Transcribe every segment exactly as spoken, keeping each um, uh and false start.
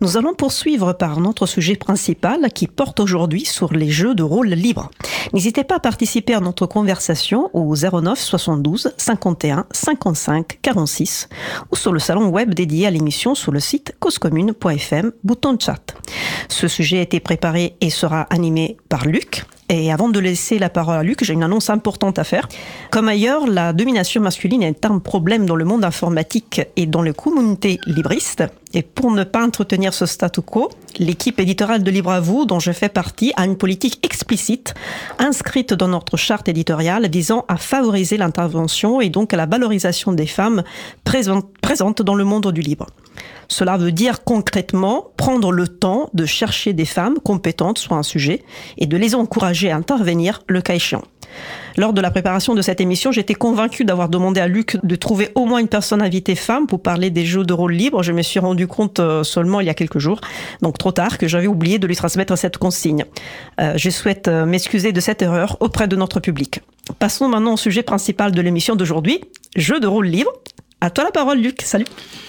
Nous allons poursuivre par notre sujet principal qui porte aujourd'hui sur les jeux de rôle libres. N'hésitez pas à participer à notre conversation au zéro neuf soixante-douze cinquante et un cinquante-cinq quarante-six ou sur le salon web dédié à l'émission sur le site causecommune point f m, bouton chat. Ce sujet a été préparé et sera animé par Luc. Et avant de laisser la parole à Luc, j'ai une annonce importante à faire. Comme ailleurs, la domination masculine est un problème dans le monde informatique et dans les communautés libristes. Et pour ne pas entretenir ce statu quo, l'équipe éditoriale de Libre à vous, dont je fais partie, a une politique explicite inscrite dans notre charte éditoriale visant à favoriser l'intervention et donc à la valorisation des femmes présentes dans le monde du livre. Cela veut dire concrètement prendre le temps de chercher des femmes compétentes sur un sujet et de les encourager à intervenir le cas échéant. Lors de la préparation de cette émission, j'étais convaincue d'avoir demandé à Luc de trouver au moins une personne invitée femme pour parler des jeux de rôle libres. Je me suis rendu compte seulement il y a quelques jours, donc trop tard, que j'avais oublié de lui transmettre cette consigne. Euh, je souhaite m'excuser de cette erreur auprès de notre public. Passons maintenant au sujet principal de l'émission d'aujourd'hui, jeux de rôle libres. À toi la parole, Luc. Salut.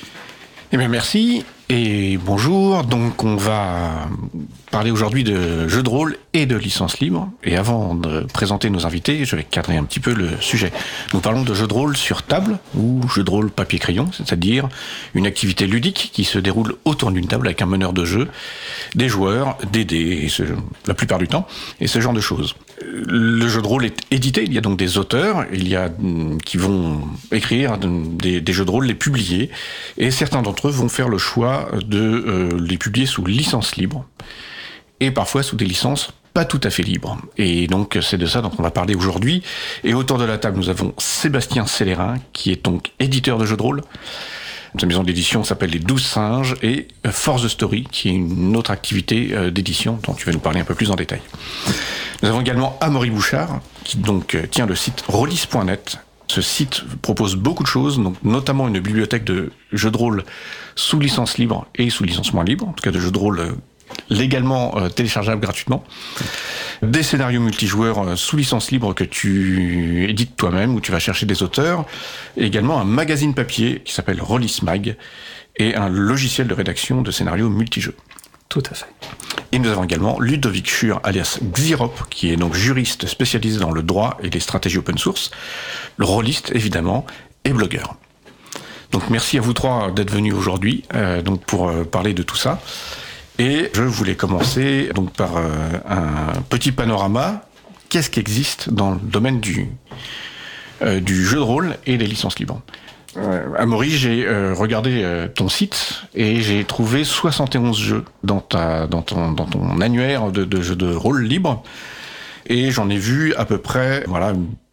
Eh bien, merci et bonjour. Donc, on va parler aujourd'hui de jeux de rôle et de licences libres. Et avant de présenter nos invités, je vais cadrer un petit peu le sujet. Nous parlons de jeux de rôle sur table ou jeux de rôle papier-crayon, c'est-à-dire une activité ludique qui se déroule autour d'une table avec un meneur de jeu, des joueurs, des dés, et ce, la plupart du temps, et ce genre de choses. Le jeu de rôle est édité, il y a donc des auteurs, il y a qui vont écrire des, des jeux de rôle, les publier, et certains d'entre eux vont faire le choix de euh, les publier sous licence libre, et parfois sous des licences pas tout à fait libres. Et donc c'est de ça dont on va parler aujourd'hui. Et autour de la table, nous avons Sébastien Célérin, qui est donc éditeur de jeux de rôle. Sa maison d'édition s'appelle Les Douze Singes, et Force the Story, qui est une autre activité euh, d'édition dont tu vas nous parler un peu plus en détail. Nous avons également Amaury Bouchard, qui donc tient le site rollis point net. Ce site propose beaucoup de choses, donc notamment une bibliothèque de jeux de rôle sous licence libre et sous licence moins libre, en tout cas de jeux de rôle légalement euh, téléchargeables gratuitement. Des scénarios multijoueurs euh, sous licence libre que tu édites toi-même, où tu vas chercher des auteurs. Et également un magazine papier qui s'appelle Rollis Mag, et un logiciel de rédaction de scénarios multijeux. Tout à fait. Et nous avons également Ludovic Schur, alias Xirop, qui est donc juriste spécialisé dans le droit et les stratégies open source, le rôliste évidemment, et blogueur. Donc merci à vous trois d'être venus aujourd'hui euh, donc pour euh, parler de tout ça. Et je voulais commencer donc par euh, un petit panorama. Qu'est-ce qui existe dans le domaine du, euh, du jeu de rôle et des licences libres ? Euh, Amaury, j'ai euh, regardé euh, ton site et j'ai trouvé soixante et onze jeux dans, ta, dans, ton, dans ton annuaire de, de jeux de rôle libre. Et j'en ai vu à peu près voilà,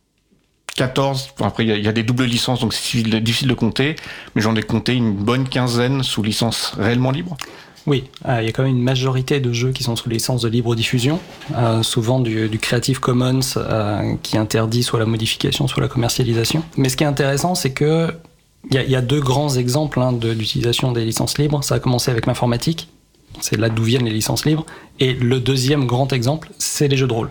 quatorze. Après, il y, y a des doubles licences, donc c'est difficile de compter. Mais j'en ai compté une bonne quinzaine sous licence réellement libre. Oui, euh, il y a quand même une majorité de jeux qui sont sous licence de libre diffusion, euh, souvent du, du Creative Commons euh, qui interdit soit la modification, soit la commercialisation. Mais ce qui est intéressant, c'est que il y a, y a deux grands exemples hein, de, d'utilisation des licences libres. Ça a commencé avec l'informatique, c'est là d'où viennent les licences libres. Et le deuxième grand exemple, c'est les jeux de rôle.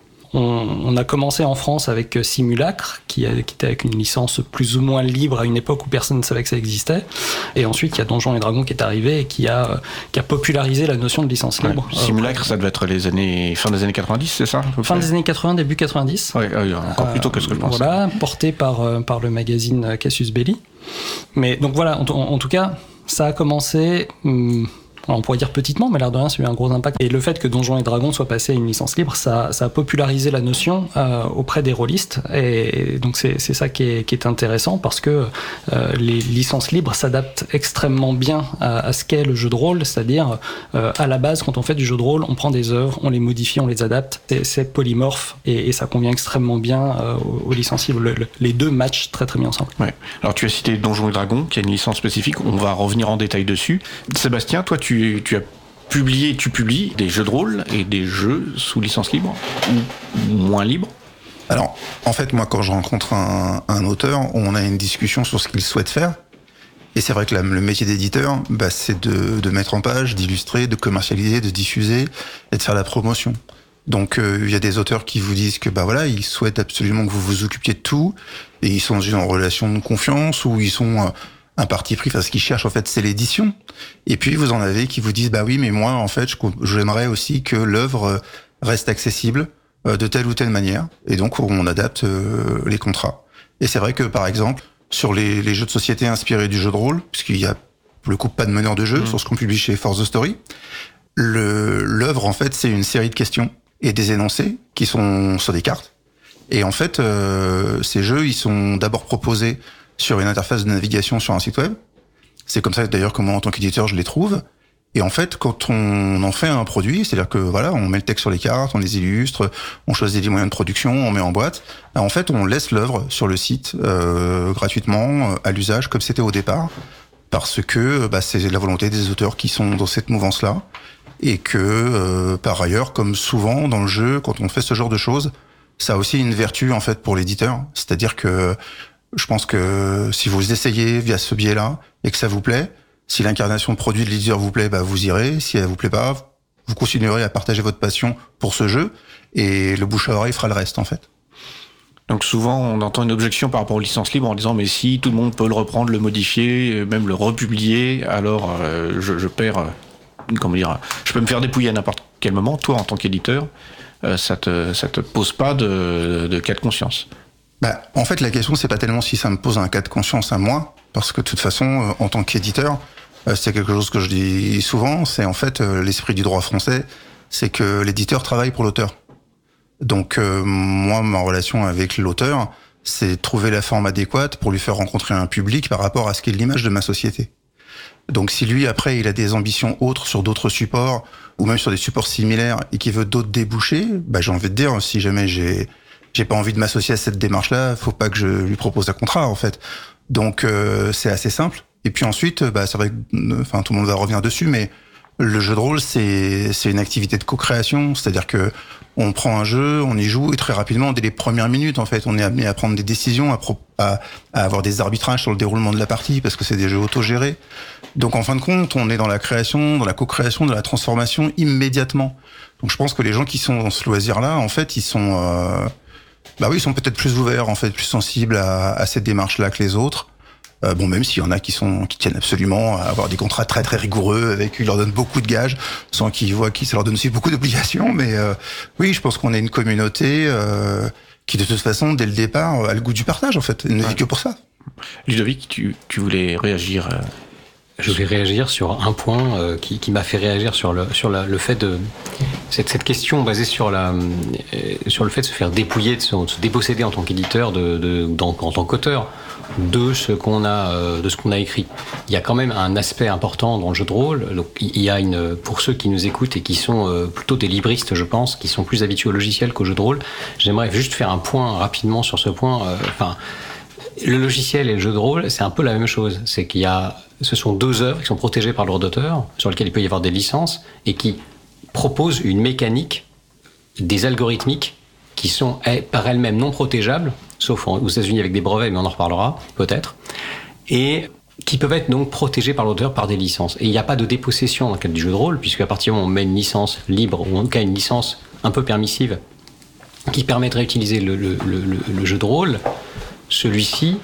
On, on a commencé en France avec Simulacre, qui, a, qui était avec une licence plus ou moins libre à une époque où personne ne savait que ça existait. Et ensuite, il y a Donjons et Dragons qui est arrivé et qui a, qui a popularisé la notion de licence libre. Ouais, Simulacre, euh, ça devait être les années, fin des années quatre-vingt-dix, c'est ça ? Fin des années quatre-vingts, début quatre-vingt-dix. Oui, ouais, encore plus tôt que ce que je pensais. Voilà, porté par, par le magazine Cassius Belli. Mais donc voilà, en, en, en tout cas, ça a commencé... Hum, on pourrait dire petitement, mais l'air de rien, ça a eu un gros impact. Et le fait que Donjons et Dragons soit passé à une licence libre, ça, ça a popularisé la notion euh, auprès des rôlistes. Et donc c'est, c'est ça qui est, qui est intéressant, parce que euh, les licences libres s'adaptent extrêmement bien à, à ce qu'est le jeu de rôle, c'est-à-dire euh, à la base, quand on fait du jeu de rôle, on prend des œuvres, on les modifie, on les adapte. C'est, c'est polymorphe et, et ça convient extrêmement bien euh, aux, aux licences libres. Le, le, les deux matchent très très bien ensemble. Ouais. Alors tu as cité Donjons et Dragons, qui a une licence spécifique. On va revenir en détail dessus. Sébastien, toi tu Tu, tu as publié, tu publies des jeux de rôle et des jeux sous licence libre ou moins libre ? Alors, en fait, moi, quand je rencontre un, un auteur, on a une discussion sur ce qu'il souhaite faire. Et c'est vrai que la, le métier d'éditeur, bah, c'est de, de mettre en page, d'illustrer, de commercialiser, de diffuser et de faire la promotion. Donc, il euh, y a des auteurs qui vous disent que, bah voilà, ils souhaitent absolument que vous vous occupiez de tout et ils sont dans une relation de confiance où ils sont... Euh, un parti pris. Enfin, ce qu'ils cherchent en fait, c'est l'édition. Et puis vous en avez qui vous disent bah oui, mais moi en fait, je, j'aimerais aussi que l'œuvre reste accessible euh, de telle ou telle manière. Et donc on adapte euh, les contrats. Et c'est vrai que par exemple sur les, les jeux de société inspirés du jeu de rôle, puisqu'il y a pour le coup pas de meneur de jeu mmh. sur ce qu'on publie chez Force the Story, le, l'œuvre en fait c'est une série de questions et des énoncés qui sont sur des cartes. Et en fait, euh, ces jeux, ils sont d'abord proposés sur une interface de navigation sur un site web. C'est comme ça d'ailleurs que moi, en tant qu'éditeur, je les trouve. Et en fait, quand on en fait un produit, c'est-à-dire que voilà, on met le texte sur les cartes, on les illustre, on choisit les moyens de production, on met en boîte. En fait, on laisse l'œuvre sur le site euh, gratuitement, à l'usage, comme c'était au départ, parce que bah, c'est la volonté des auteurs qui sont dans cette mouvance-là. Et que, euh, par ailleurs, comme souvent dans le jeu, quand on fait ce genre de choses, ça a aussi une vertu en fait pour l'éditeur, c'est-à-dire que je pense que si vous essayez via ce biais-là et que ça vous plaît, si l'incarnation de produit de l'éditeur vous plaît, bah vous irez. Si elle vous plaît pas, vous continuerez à partager votre passion pour ce jeu et le bouche à oreille fera le reste en fait. Donc souvent on entend une objection par rapport aux licences libres en disant mais si tout le monde peut le reprendre, le modifier, même le republier, alors euh, je, je perds, euh, comment dire, je peux me faire dépouiller à n'importe quel moment. Toi en tant qu'éditeur, ça te, ça te pose pas de, de cas de conscience? Bah, en fait, la question, c'est pas tellement si ça me pose un cas de conscience à moi, parce que de toute façon, en tant qu'éditeur, c'est quelque chose que je dis souvent, c'est en fait l'esprit du droit français, c'est que l'éditeur travaille pour l'auteur. Donc, euh, moi, ma relation avec l'auteur, c'est trouver la forme adéquate pour lui faire rencontrer un public par rapport à ce qu'est l'image de ma société. Donc si lui, après, il a des ambitions autres sur d'autres supports, ou même sur des supports similaires, et qu'il veut d'autres débouchés, bah, j'ai envie de dire, si jamais j'ai j'ai pas envie de m'associer à cette démarche-là, faut pas que je lui propose un contrat, en fait. Donc euh, c'est assez simple. Et puis ensuite, bah, c'est vrai que, enfin, tout le monde va revenir dessus, mais le jeu de rôle, c'est c'est une activité de co-création, c'est-à-dire que on prend un jeu, on y joue, et très rapidement, dès les premières minutes, en fait, on est amené à prendre des décisions, à, pro- à, à avoir des arbitrages sur le déroulement de la partie, parce que c'est des jeux autogérés. Donc, en fin de compte, on est dans la création, dans la co-création, dans la transformation immédiatement. Donc, je pense que les gens qui sont dans ce loisir-là, en fait, ils sont, euh, bah oui, ils sont peut-être plus ouverts, en fait, plus sensibles à, à cette démarche-là que les autres. Euh, bon, même s'il y en a qui sont qui tiennent absolument à avoir des contrats très très rigoureux, avec qui leur donnent beaucoup de gages, sans qu'ils voient qui ça leur donne aussi beaucoup d'obligations. Mais euh, oui, je pense qu'on est une communauté euh, qui, de toute façon, dès le départ, a le goût du partage. En fait, elle ne vit ouais. que pour ça. Ludovic, tu, tu voulais réagir euh... Je vais réagir sur un point euh, qui, qui m'a fait réagir sur le sur la, le fait de cette, cette question basée sur la euh, sur le fait de se faire dépouiller, de se, de se déposséder en tant qu'éditeur, de, de, de en, en tant qu'auteur de ce qu'on a euh, de ce qu'on a écrit. Il y a quand même un aspect important dans le jeu de rôle. Donc il y a une pour ceux qui nous écoutent et qui sont euh, plutôt des libristes, je pense, qui sont plus habitués au logiciel qu'au jeu de rôle. J'aimerais juste faire un point rapidement sur ce point. Enfin. Euh, Le logiciel et le jeu de rôle, c'est un peu la même chose. C'est qu'il y a, ce sont deux œuvres qui sont protégées par le droit d'auteur, sur lesquelles il peut y avoir des licences, et qui proposent une mécanique, des algorithmiques, qui sont par elles-mêmes non protégeables, sauf aux États-Unis avec des brevets, mais on en reparlera, peut-être, et qui peuvent être donc protégés par l'auteur par des licences. Et il n'y a pas de dépossession dans le cadre du jeu de rôle, puisqu'à partir du moment où on met une licence libre, ou en tout cas une licence un peu permissive, qui permettrait d'utiliser le, le, le, le jeu de rôle, celui-ci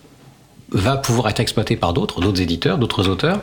va pouvoir être exploité par d'autres, d'autres éditeurs, d'autres auteurs.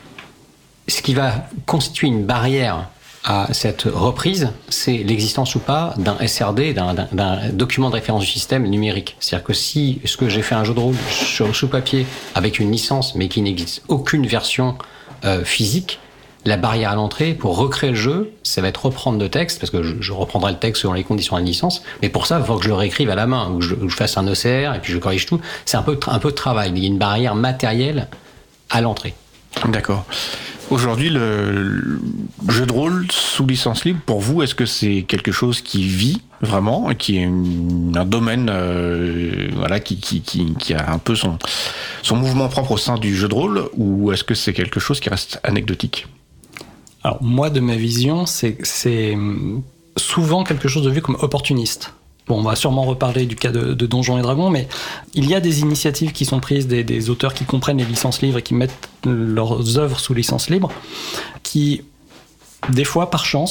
Ce qui va constituer une barrière à cette reprise, c'est l'existence ou pas d'un S R D, d'un, d'un, d'un document de référence du système numérique. C'est-à-dire que si ce que j'ai fait un jeu de rôle sur, sous papier avec une licence, mais qui n'existe aucune version euh, physique, la barrière à l'entrée pour recréer le jeu, ça va être reprendre de texte, parce que je, je reprendrai le texte selon les conditions de la licence, mais pour ça, il faut que je le réécrive à la main, ou que je, ou que je fasse un O C R, et puis je corrige tout. C'est un peu, un peu de travail, il y a une barrière matérielle à l'entrée. D'accord. Aujourd'hui, le, le jeu de rôle sous licence libre, pour vous, est-ce que c'est quelque chose qui vit vraiment, et qui est une, un domaine euh, voilà, qui, qui, qui, qui a un peu son, son mouvement propre au sein du jeu de rôle, ou est-ce que c'est quelque chose qui reste anecdotique ? Alors moi, de ma vision, c'est, c'est souvent quelque chose de vu comme opportuniste. Bon, on va sûrement reparler du cas de, de Donjons et Dragons, mais il y a des initiatives qui sont prises, des, des auteurs qui comprennent les licences libres et qui mettent leurs œuvres sous licence libre, qui, des fois, par chance,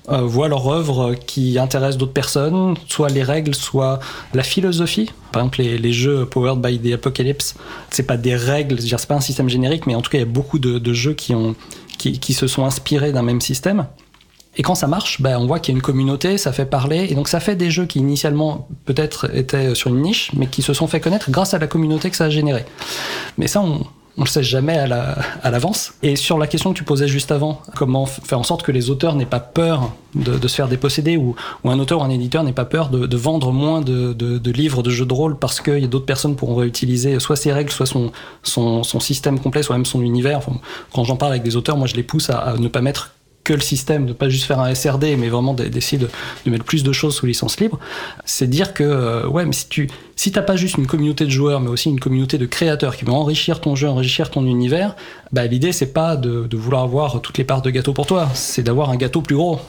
euh, voient leur œuvre qui intéresse d'autres personnes, soit les règles, soit la philosophie. Par exemple, les, les jeux Powered by the Apocalypse, c'est pas des règles, c'est-à-dire c'est pas un système générique, mais en tout cas, il y a beaucoup de, de jeux qui, ont, qui, qui se sont inspirés d'un même système. Et quand ça marche, bah, on voit qu'il y a une communauté, ça fait parler, et donc ça fait des jeux qui initialement peut-être étaient sur une niche, mais qui se sont fait connaître grâce à la communauté que ça a généré. Mais ça, on on le sait jamais à, la, à l'avance. Et sur la question que tu posais juste avant, comment faire en sorte que les auteurs n'aient pas peur de, de se faire déposséder, ou, ou un auteur ou un éditeur n'ait pas peur de, de vendre moins de, de, de livres de jeux de rôle parce qu'il y a d'autres personnes pourront réutiliser soit ses règles, soit son, son, son système complet, soit même son univers. Enfin, quand j'en parle avec des auteurs, moi je les pousse à, à ne pas mettre que le système, de pas juste faire un S R D, mais vraiment d'essayer de, de mettre plus de choses sous licence libre. C'est dire que, euh, ouais, mais si tu si t'as pas juste une communauté de joueurs, mais aussi une communauté de créateurs qui vont enrichir ton jeu, enrichir ton univers, bah l'idée c'est pas de, de vouloir avoir toutes les parts de gâteau pour toi, c'est d'avoir un gâteau plus gros.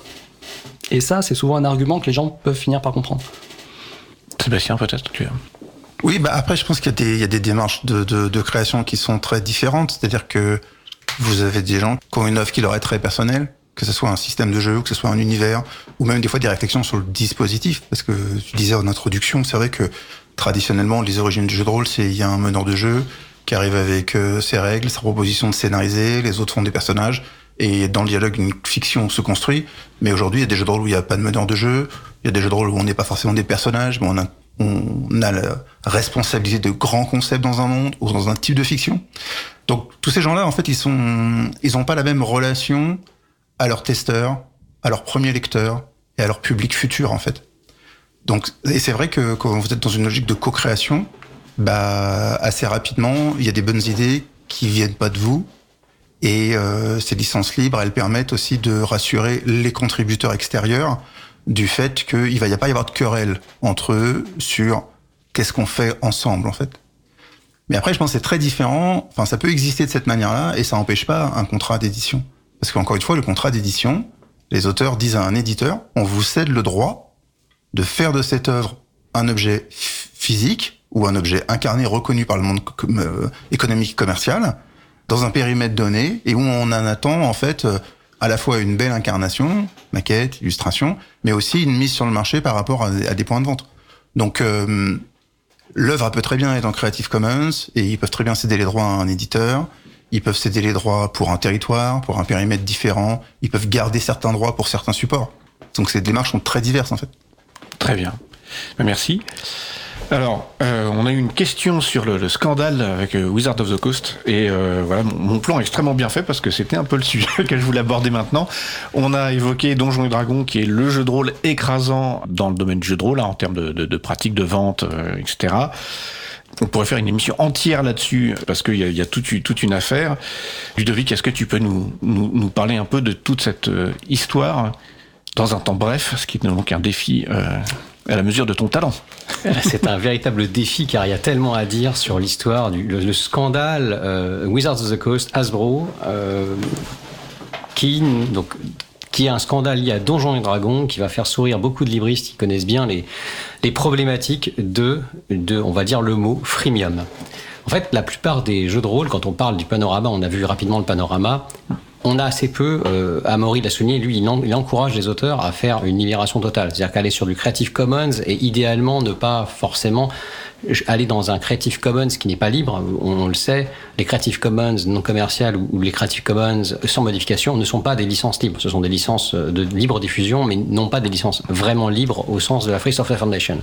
Et ça, c'est souvent un argument que les gens peuvent finir par comprendre. Sébastien, peut-être tu as... Oui, bah après, je pense qu'il y a des, il y a des démarches de, de, de création qui sont très différentes. C'est-à-dire que vous avez des gens qui ont une œuvre qui leur est très personnelle, que ce soit un système de jeu, que ce soit un univers, ou même des fois des réflexions sur le dispositif. Parce que tu disais en introduction, c'est vrai que traditionnellement, les origines du jeu de rôle, c'est il y a un meneur de jeu qui arrive avec euh, ses règles, sa proposition de scénariser, les autres font des personnages, et dans le dialogue, une fiction se construit. Mais aujourd'hui, il y a des jeux de rôle où il n'y a pas de meneur de jeu, il y a des jeux de rôle où on n'est pas forcément des personnages, mais on a, on a la responsabilité de grands concepts dans un monde, ou dans un type de fiction. Donc, tous ces gens-là, en fait, ils sont, ils ont pas la même relation à leurs testeurs, à leurs premiers lecteurs et à leur public futur, en fait. Donc, et c'est vrai que quand vous êtes dans une logique de co-création, bah, assez rapidement, il y a des bonnes idées qui viennent pas de vous. Et euh, ces licences libres, elles permettent aussi de rassurer les contributeurs extérieurs du fait qu'il va y a pas y avoir de querelle entre eux sur qu'est-ce qu'on fait ensemble, en fait. Mais après, je pense que c'est très différent. Enfin, ça peut exister de cette manière-là et ça n'empêche pas un contrat d'édition. Parce qu'encore une fois, le contrat d'édition, les auteurs disent à un éditeur, on vous cède le droit de faire de cette œuvre un objet f- physique ou un objet incarné, reconnu par le monde co- euh, économique commercial, dans un périmètre donné, et où on en attend en fait euh, à la fois une belle incarnation, maquette, illustration, mais aussi une mise sur le marché par rapport à, à des points de vente. Donc euh, l'œuvre peut très bien être en Creative Commons, et ils peuvent très bien céder les droits à un éditeur. Ils peuvent céder les droits pour un territoire, pour un périmètre différent. Ils peuvent garder certains droits pour certains supports. Donc ces démarches sont très diverses, en fait. Très bien. Merci. Alors, euh, on a eu une question sur le, le scandale avec euh, Wizard of the Coast. Et euh, voilà, mon, mon plan est extrêmement bien fait parce que c'était un peu le sujet que je voulais aborder maintenant. On a évoqué Donjons et Dragons, qui est le jeu de rôle écrasant dans le domaine du jeu de rôle, hein, en termes de, de, de pratiques, de vente, euh, et cetera. On pourrait faire une émission entière là-dessus, parce qu'il y a, il y a toute, toute une affaire. Ludovic, est-ce que tu peux nous, nous, nous parler un peu de toute cette euh, histoire, dans un temps bref, ce qui est donc un défi euh, à la mesure de ton talent? C'est un véritable défi, car il y a tellement à dire sur l'histoire, du le, le scandale euh, Wizards of the Coast, Hasbro, euh, qui... donc qui est un scandale lié à Donjons et Dragons, qui va faire sourire beaucoup de libristes qui connaissent bien les, les problématiques de, de, on va dire le mot freemium. En fait, la plupart des jeux de rôle, quand on parle du panorama, on a vu rapidement le panorama, on a assez peu, euh, Amaury l'a souligné, lui, il, en, il encourage les auteurs à faire une libération totale. C'est-à-dire qu'aller sur du Creative Commons et idéalement ne pas forcément aller dans un Creative Commons qui n'est pas libre. On, on le sait, les Creative Commons non commerciales ou, ou les Creative Commons sans modification ne sont pas des licences libres. Ce sont des licences de libre diffusion, mais non pas des licences vraiment libres au sens de la Free Software Foundation.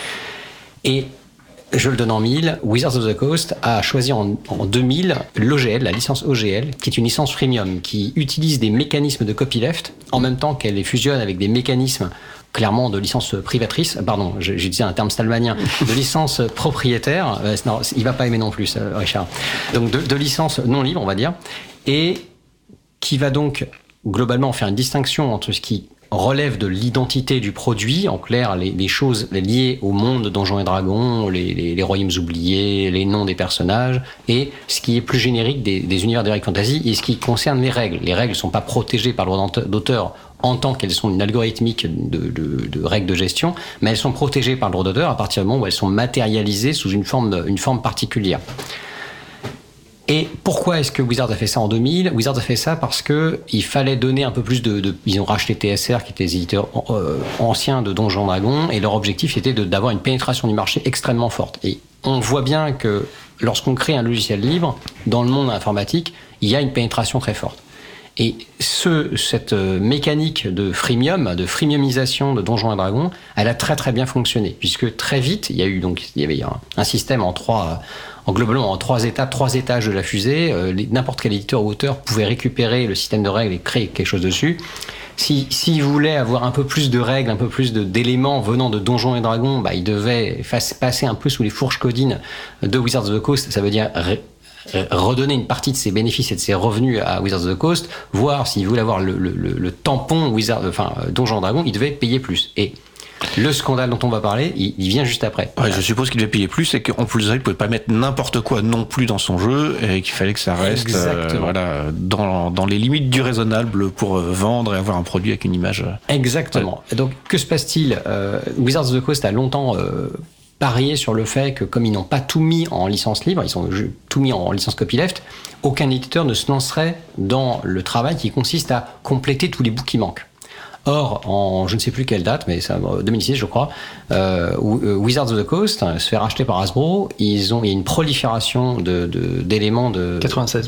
Et je le donne en mille, Wizards of the Coast a choisi en, en deux mille l'O G L, la licence O G L, qui est une licence freemium, qui utilise des mécanismes de copyleft, en même temps qu'elle les fusionne avec des mécanismes clairement de licence privatrice, pardon, j'ai dit un terme stalmanien, de licence propriétaire, euh, non, il va pas aimer non plus, euh, Richard, donc de, de licence non libre, on va dire, et qui va donc globalement faire une distinction entre ce qui relève de l'identité du produit, en clair, les, les choses liées au monde de Donjons et Dragons, les, les, les royaumes oubliés, les noms des personnages, et ce qui est plus générique des, des univers d'Heroic Fantasy, et ce qui concerne les règles. Les règles ne sont pas protégées par le droit d'auteur en tant qu'elles sont une algorithmique de, de, de règles de gestion, mais elles sont protégées par le droit d'auteur à partir du moment où elles sont matérialisées sous une forme, une forme particulière. Et pourquoi est-ce que Wizards a fait ça en deux mille ? Wizards a fait ça parce que il fallait donner un peu plus de... de ils ont racheté T S R, qui était les éditeurs euh, anciens de Donjons et Dragons, et leur objectif était de, d'avoir une pénétration du marché extrêmement forte. Et on voit bien que lorsqu'on crée un logiciel libre, dans le monde informatique, il y a une pénétration très forte. Et ce, cette mécanique de freemium, de freemiumisation de Donjons et Dragons, elle a très très bien fonctionné, puisque très vite, il y a eu donc il y avait un, un système en trois, en globalement en trois étapes, trois étages de la fusée. Euh, les, n'importe quel éditeur ou auteur pouvait récupérer le système de règles et créer quelque chose dessus. Si, s'il voulait avoir un peu plus de règles, un peu plus de, d'éléments venant de Donjons et Dragons, bah, il devait face, passer un peu sous les fourches codines de Wizards of the Coast. Ça veut dire ré, redonner une partie de ses bénéfices et de ses revenus à Wizards of the Coast, voir s'il voulait avoir le, le, le, le tampon Wizard, enfin Donjons et Dragons, il devait payer plus. Et le scandale dont on va parler, il, il vient juste après. Ouais, je suppose qu'il devait payer plus et qu'en plus, il ne pouvait pas mettre n'importe quoi non plus dans son jeu et qu'il fallait que ça reste euh, voilà, dans, dans les limites du raisonnable pour euh, vendre et avoir un produit avec une image. Exactement. Ouais. Donc, que se passe-t-il ? euh, Wizards of the Coast a longtemps euh, parié sur le fait que, comme ils n'ont pas tout mis en licence libre, ils ont tout mis en licence copyleft, aucun éditeur ne se lancerait dans le travail qui consiste à compléter tous les bouts qui manquent. Or, en je ne sais plus quelle date, mais c'est deux mille six, je crois, euh, Wizards of the Coast hein, se fait racheter par Hasbro. Ils ont, il y a une prolifération de, de, d'éléments de... quatre-vingt-seize.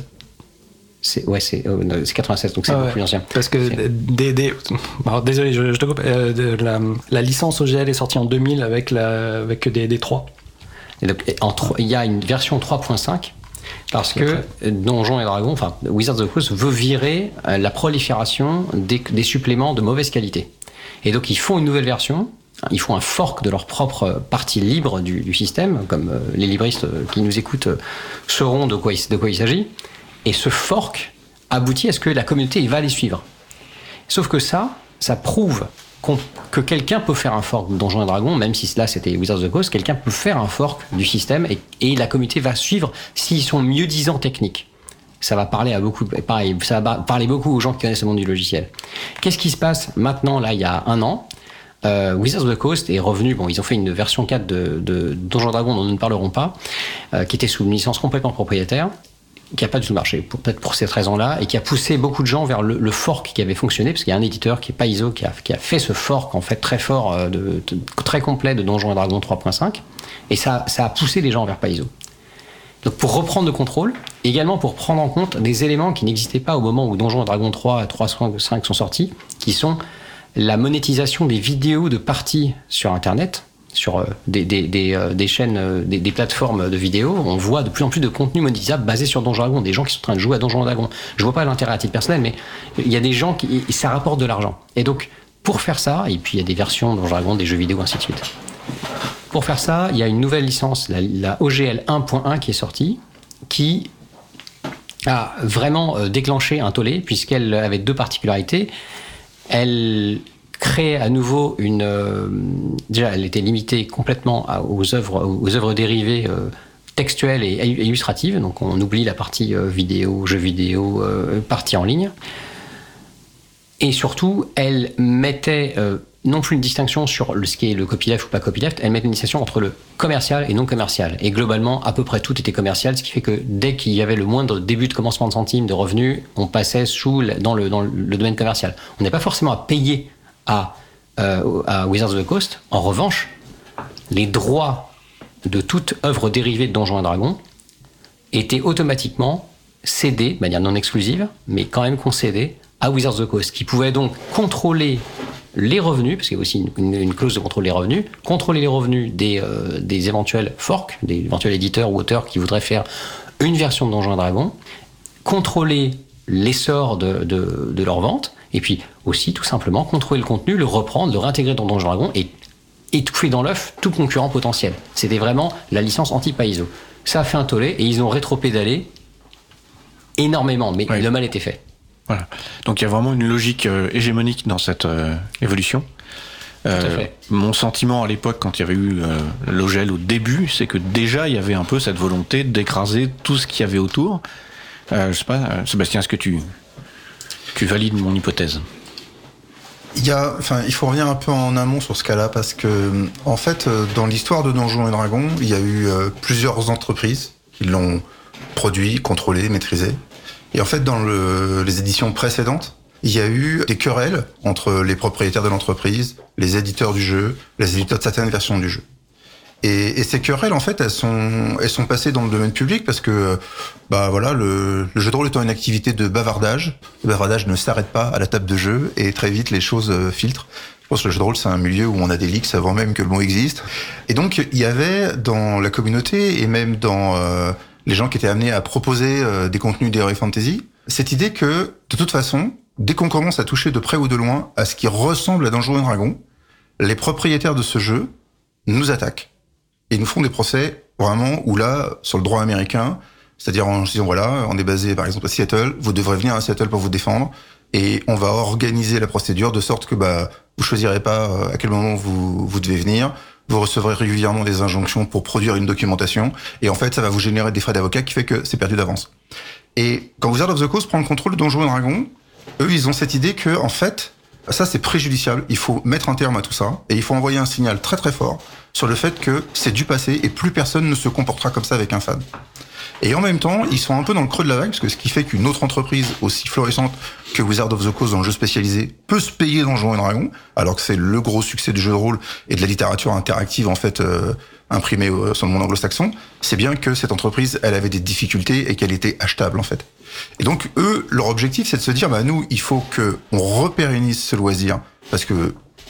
C'est, ouais, c'est, euh, c'est quatre-vingt-seize, donc c'est ah beaucoup ouais, plus ancien. Parce que des, des, alors, désolé, je, je te coupe. Euh, de, la, la licence O G L est sortie en deux mille avec, la, avec des, des trois. Et donc, en, il y a une version trois point cinq. Parce que Donjons et Dragons, enfin Wizards of the Coast veut virer la prolifération des, des suppléments de mauvaise qualité. Et donc ils font une nouvelle version, ils font un fork de leur propre partie libre du, du système, comme euh, les libristes qui nous écoutent euh, sauront de quoi, il, de quoi il s'agit. Et ce fork aboutit à ce que la communauté va les suivre. Sauf que ça, ça prouve que quelqu'un peut faire un fork de Donjons et Dragons, même si là c'était Wizards of the Coast, quelqu'un peut faire un fork du système et, et la communauté va suivre s'ils sont mieux-disants techniques. Ça va parler à beaucoup, pareil, ça va parler beaucoup aux gens qui connaissent le monde du logiciel. Qu'est-ce qui se passe maintenant, là, il y a un an? euh, Wizards of the Coast est revenu, bon, ils ont fait une version quatre de, de Donjons et Dragons dont nous ne parlerons pas, euh, qui était sous une licence complètement propriétaire, qui n'a pas du tout marché, pour, peut-être pour cette raison-là, et qui a poussé beaucoup de gens vers le, le fork qui avait fonctionné, parce qu'il y a un éditeur qui est Paizo qui a, qui a fait ce fork en fait très fort, de, de, très complet de Donjons et Dragons trois point cinq, et ça, ça a poussé les gens vers Paizo. Donc pour reprendre le contrôle, également pour prendre en compte des éléments qui n'existaient pas au moment où Donjons et Dragons trois et trois point cinq sont sortis, qui sont la monétisation des vidéos de parties sur Internet, sur euh, des, des, des, euh, des chaînes, euh, des, des plateformes de vidéos. On voit de plus en plus de contenu monétisable basé sur Donjons et Dragons, des gens qui sont en train de jouer à Donjons et Dragons. Je vois pas l'intérêt à titre personnel, mais il y a des gens qui, ça rapporte de l'argent. Et donc, pour faire ça, et puis il y a des versions de Donjons et Dragons, des jeux vidéo, ainsi de suite. Pour faire ça, il y a une nouvelle licence, la, la O G L un point un qui est sortie, qui a vraiment euh, déclenché un tollé, puisqu'elle avait deux particularités. Elle crée à nouveau une... Euh, déjà, elle était limitée complètement à, aux, œuvres, aux œuvres dérivées euh, textuelles et, et illustratives, donc on oublie la partie euh, vidéo, jeux vidéo, euh, partie en ligne. Et surtout, elle mettait... Euh, non plus une distinction sur le, ce qui est le copyleft ou pas copyleft, elle met une distinction entre le commercial et non commercial. Et globalement, à peu près tout était commercial, ce qui fait que dès qu'il y avait le moindre début de commencement de centimes, de revenus, on passait sous, dans, le, dans le domaine commercial. On n'est pas forcément à payer à, euh, à Wizards of the Coast. En revanche, les droits de toute œuvre dérivée de Donjons et Dragons étaient automatiquement cédés, de manière non exclusive, mais quand même concédés à Wizards of the Coast, qui pouvait donc contrôler les revenus, parce qu'il y a aussi une, une, une clause de contrôle des revenus, contrôler les revenus des, euh, des éventuels forks, des éventuels éditeurs ou auteurs qui voudraient faire une version de Donjons et Dragons, contrôler l'essor de, de, de leur vente, et puis aussi tout simplement contrôler le contenu, le reprendre, le réintégrer dans Donjons et Dragons et étouffer dans l'œuf tout concurrent potentiel. C'était vraiment la licence anti-Paizo. Ça a fait un tollé et ils ont rétro-pédalé énormément, mais oui. Le mal était fait. Voilà. Donc il y a vraiment une logique euh, hégémonique dans cette euh, évolution. Euh, mon sentiment à l'époque, quand il y avait eu euh, l'O G L au début, c'est que déjà il y avait un peu cette volonté d'écraser tout ce qu'il y avait autour. Euh, je sais pas, euh, Sébastien, est-ce que tu, tu valides mon hypothèse ? Il y a, enfin, il faut revenir un peu en amont sur ce cas-là parce que, en fait, dans l'histoire de Donjons et Dragons, il y a eu euh, plusieurs entreprises qui l'ont produit, contrôlé, maîtrisé. Et en fait, dans le, les éditions précédentes, il y a eu des querelles entre les propriétaires de l'entreprise, les éditeurs du jeu, les éditeurs de certaines versions du jeu. Et, et ces querelles, en fait, elles sont, elles sont passées dans le domaine public parce que, bah voilà, le, le jeu de rôle étant une activité de bavardage, le bavardage ne s'arrête pas à la table de jeu et très vite les choses filtrent. Je pense que le jeu de rôle, c'est un milieu où on a des leaks avant même que le mot existe. Et donc, il y avait dans la communauté et même dans euh, les gens qui étaient amenés à proposer euh, des contenus d'Heroic Fantasy, cette idée que, de toute façon, dès qu'on commence à toucher de près ou de loin à ce qui ressemble à Donjons et Dragons, les propriétaires de ce jeu nous attaquent. Et nous font des procès vraiment où là, sur le droit américain, c'est-à-dire en disant voilà, on est basé par exemple à Seattle, vous devrez venir à Seattle pour vous défendre, et on va organiser la procédure de sorte que bah vous choisirez pas à quel moment vous vous devez venir, vous recevrez régulièrement des injonctions pour produire une documentation, et en fait ça va vous générer des frais d'avocat qui fait que c'est perdu d'avance. Et quand Wizards of the Coast prend le contrôle de Donjons et Dragons, eux ils ont cette idée que en fait ça c'est préjudiciable, il faut mettre un terme à tout ça, et il faut envoyer un signal très très fort sur le fait que c'est du passé et plus personne ne se comportera comme ça avec un fan. Et en même temps, ils sont un peu dans le creux de la vague, parce que ce qui fait qu'une autre entreprise aussi florissante que Wizards of the Coast dans le jeu spécialisé peut se payer Donjons et Dragons, alors que c'est le gros succès du jeu de rôle et de la littérature interactive en fait euh, imprimée euh, sur le monde anglo-saxon, c'est bien que cette entreprise, elle avait des difficultés et qu'elle était achetable en fait. Et donc eux, leur objectif, c'est de se dire, bah nous, il faut que on repérennise ce loisir, parce que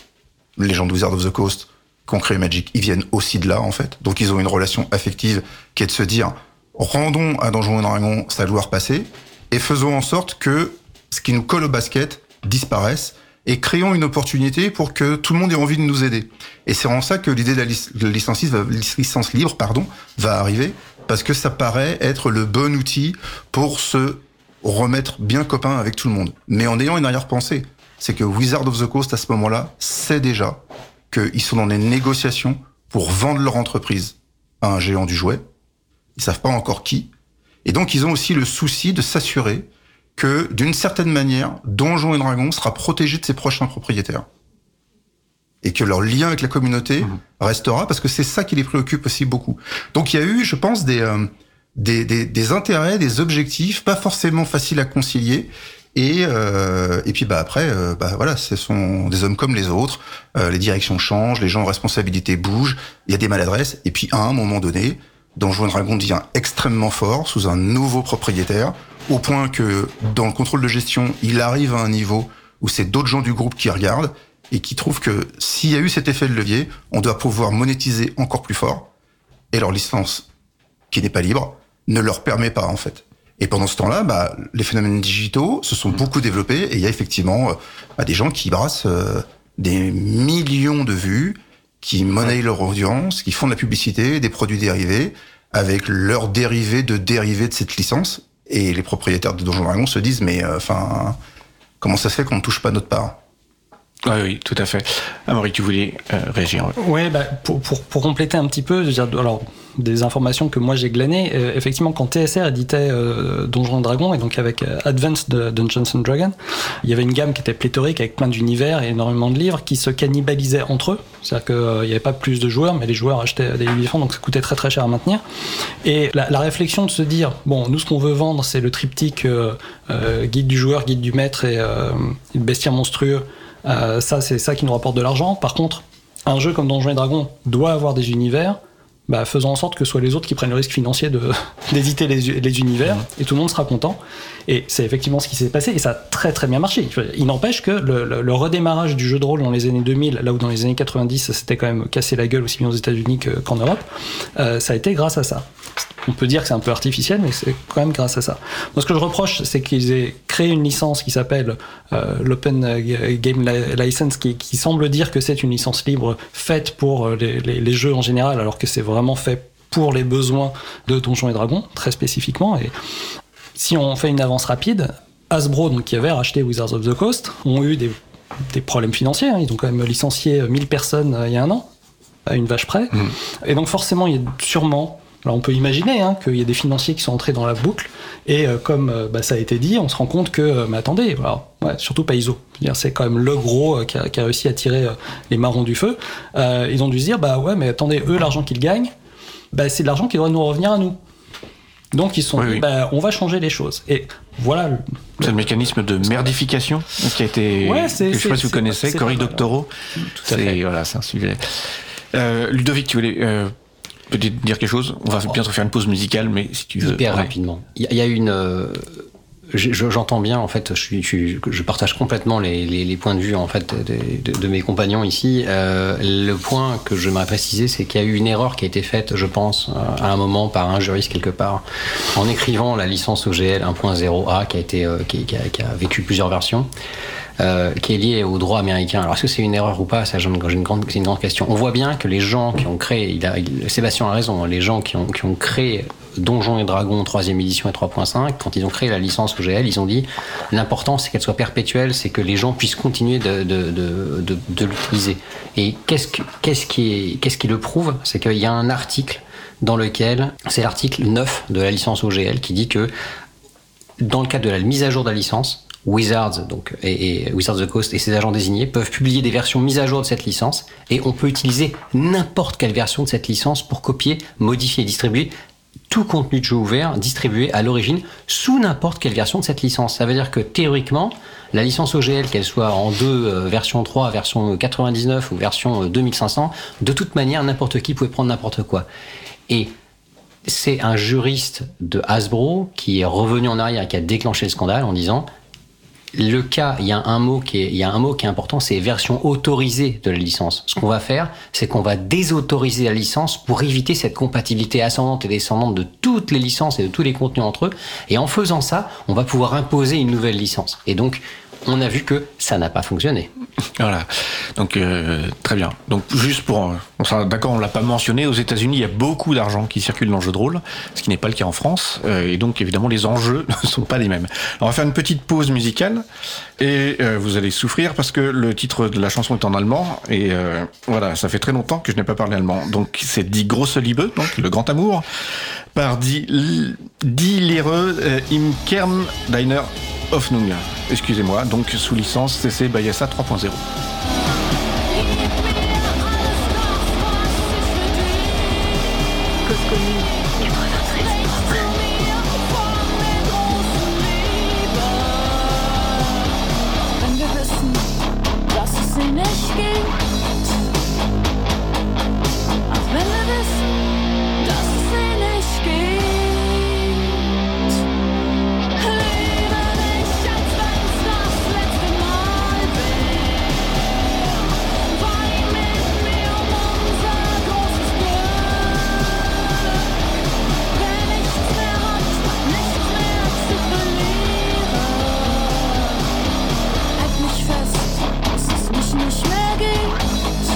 les gens de Wizards of the Coast qu'on crée Magic, ils viennent aussi de là, en fait. Donc, ils ont une relation affective qui est de se dire, rendons à Donjons et Dragons sa gloire passée et faisons en sorte que ce qui nous colle au basket disparaisse et créons une opportunité pour que tout le monde ait envie de nous aider. Et c'est en ça que l'idée de la lic- de licence, licence libre, pardon, va arriver, parce que ça paraît être le bon outil pour se remettre bien copain avec tout le monde. Mais en ayant une arrière-pensée, c'est que Wizards of the Coast, à ce moment-là, sait déjà qu'ils sont dans des négociations pour vendre leur entreprise à un géant du jouet. Ils savent pas encore qui. Et donc, ils ont aussi le souci de s'assurer que, d'une certaine manière, Donjons et Dragons sera protégé de ses prochains propriétaires. Et que leur lien avec la communauté mmh. restera, parce que c'est ça qui les préoccupe aussi beaucoup. Donc, il y a eu, je pense, des, euh, des, des, des intérêts, des objectifs pas forcément faciles à concilier. Et euh, et puis bah après euh, bah voilà, ce sont des hommes comme les autres, euh, les directions changent, les gens en responsabilité bougent, il y a des maladresses et puis à un moment donné, Donjons et Dragons devient extrêmement fort sous un nouveau propriétaire, au point que dans le contrôle de gestion, il arrive à un niveau où c'est d'autres gens du groupe qui regardent et qui trouvent que s'il y a eu cet effet de levier, on doit pouvoir monétiser encore plus fort, et leur licence, qui n'est pas libre, ne leur permet pas en fait. Et pendant ce temps-là, bah, les phénomènes digitaux se sont beaucoup développés et il y a effectivement bah, des gens qui brassent euh, des millions de vues, qui monnaient leur audience, qui font de la publicité, des produits dérivés, avec leurs dérivés de dérivés de cette licence. Et les propriétaires de Donjons et Dragons se disent, mais enfin, euh, comment ça se fait qu'on ne touche pas notre part ? Oui, oui, tout à fait. Amaury, tu voulais euh, réagir ? Oui, bah, pour, pour, pour compléter un petit peu, je veux dire, alors, des informations que moi j'ai glanées, euh, effectivement, quand T S R éditait euh, Donjons et Dragons, et donc avec euh, Advanced Dungeons and Dragons, il y avait une gamme qui était pléthorique avec plein d'univers et énormément de livres qui se cannibalisaient entre eux. C'est-à-dire qu'il euh, n'y avait pas plus de joueurs, mais les joueurs achetaient des livres différents, donc ça coûtait très très cher à maintenir. Et la, la réflexion de se dire, bon, nous ce qu'on veut vendre, c'est le triptyque euh, euh, guide du joueur, guide du maître et euh, le bestiaire monstrueux. Euh, ça, c'est ça qui nous rapporte de l'argent. Par contre, un jeu comme Donjons et Dragons doit avoir des univers. Bah, faisons en sorte que ce soit les autres qui prennent le risque financier de, d'éditer les, les univers, et tout le monde sera content. Et c'est effectivement ce qui s'est passé, et ça a très très bien marché. Il n'empêche que le, le, le redémarrage du jeu de rôle dans les années deux mille, là où dans les années quatre-vingt-dix, ça s'était quand même cassé la gueule aussi bien aux États-Unis qu'en Europe, euh, ça a été grâce à ça. On peut dire que c'est un peu artificiel, mais c'est quand même grâce à ça. Moi, ce que je reproche, c'est qu'ils aient créé une licence qui s'appelle euh, l'Open Game License, qui, qui semble dire que c'est une licence libre faite pour les, les, les jeux en général, alors que c'est vraiment fait pour les besoins de Donjons et Dragons, très spécifiquement. Et si on fait une avance rapide, Hasbro, donc, qui avait racheté Wizards of the Coast, ont eu des, des problèmes financiers. Hein. Ils ont quand même licencié mille personnes euh, il y a un an, à une vache près. Mmh. Et donc forcément, il y a sûrement... Alors on peut imaginer hein, qu'il y a des financiers qui sont entrés dans la boucle, et euh, comme euh, bah, ça a été dit, on se rend compte que, euh, mais attendez, alors, ouais, surtout pas I S O, c'est quand même le gros euh, qui, a, qui a réussi à tirer euh, les marrons du feu, euh, ils ont dû se dire, bah ouais, mais attendez, eux, l'argent qu'ils gagnent, bah, c'est de l'argent qui devrait nous revenir à nous. Donc ils se sont oui, dit, oui. bah, on va changer les choses. Et voilà. Le... C'est le mécanisme de merdification qui a été, ouais, c'est, que je sais pas si vous c'est, connaissez, c'est Cory pas mal, Doctorow. Tout à c'est, fait. Voilà, c'est un sujet. Euh, Ludovic, tu voulais euh, peut-être dire quelque chose? On va oh. bientôt faire une pause musicale, mais si tu veux. Hyper ouais. rapidement. Il y, y a une. Euh, je, j'entends bien, en fait, je, suis, je, suis, je partage complètement les, les, les points de vue en fait, de, de, de mes compagnons ici. Euh, le point que j'aimerais préciser, c'est qu'il y a eu une erreur qui a été faite, je pense, à un moment par un juriste quelque part, en écrivant la licence O G L un point zéro A, qui a, été, euh, qui, qui, a, qui a vécu plusieurs versions. Euh, qui est lié au droit américain. Alors, est-ce que c'est une erreur ou pas? Ça, j'ai une grande, c'est une grande question. On voit bien que les gens qui ont créé, il a, il, Sébastien a raison, les gens qui ont, qui ont créé Donjons et Dragons troisième édition et trois point cinq, quand ils ont créé la licence O G L, ils ont dit l'important c'est qu'elle soit perpétuelle, c'est que les gens puissent continuer de, de, de, de, de l'utiliser. Et qu'est-ce, que, qu'est-ce, qui est, qu'est-ce qui le prouve? C'est qu'il y a un article dans lequel, c'est l'article neuf de la licence O G L qui dit que dans le cadre de la mise à jour de la licence, Wizards, donc, et, et Wizards of the Coast et ses agents désignés peuvent publier des versions mises à jour de cette licence et on peut utiliser n'importe quelle version de cette licence pour copier, modifier et distribuer tout contenu de jeu ouvert distribué à l'origine sous n'importe quelle version de cette licence. Ça veut dire que théoriquement, la licence O G L, qu'elle soit en deux, euh, version trois, version quatre-vingt-dix-neuf ou version euh, deux mille cinq cents, de toute manière, n'importe qui pouvait prendre n'importe quoi. Et c'est un juriste de Hasbro qui est revenu en arrière et qui a déclenché le scandale en disant le cas, il y a un mot qui est, il y a un mot qui est important, c'est version autorisée de la licence. Ce qu'on va faire, c'est qu'on va désautoriser la licence pour éviter cette compatibilité ascendante et descendante de toutes les licences et de tous les contenus entre eux. Et en faisant ça, on va pouvoir imposer une nouvelle licence. Et donc, on a vu que ça n'a pas fonctionné. Voilà. Donc euh, très bien. Donc juste pour, on sera d'accord, on l'a pas mentionné. Aux États-Unis, il y a beaucoup d'argent qui circule dans le jeu de rôle, ce qui n'est pas le cas en France. Euh, et donc évidemment, les enjeux ne sont pas les mêmes. Alors, on va faire une petite pause musicale et euh, vous allez souffrir parce que le titre de la chanson est en allemand et euh, voilà, ça fait très longtemps que je n'ai pas parlé allemand. Donc c'est Die große Liebe, donc le grand amour, par Die, Die Lehre euh, im Kern deiner Hoffnung. Excusez-moi, donc sous licence C C B Y S A trois point zéro. Wenn wir wissen, dass es sie nicht gibt, auch wenn wir wissen, dass es sie nicht gibt, liebe dich, als wenn's das letzte Mal wäre, wein mit mir um unser großes Glück, wer nichts mehr hat, nichts mehr zu verlieren, halt mich fest, dass es mich nicht mehr gibt.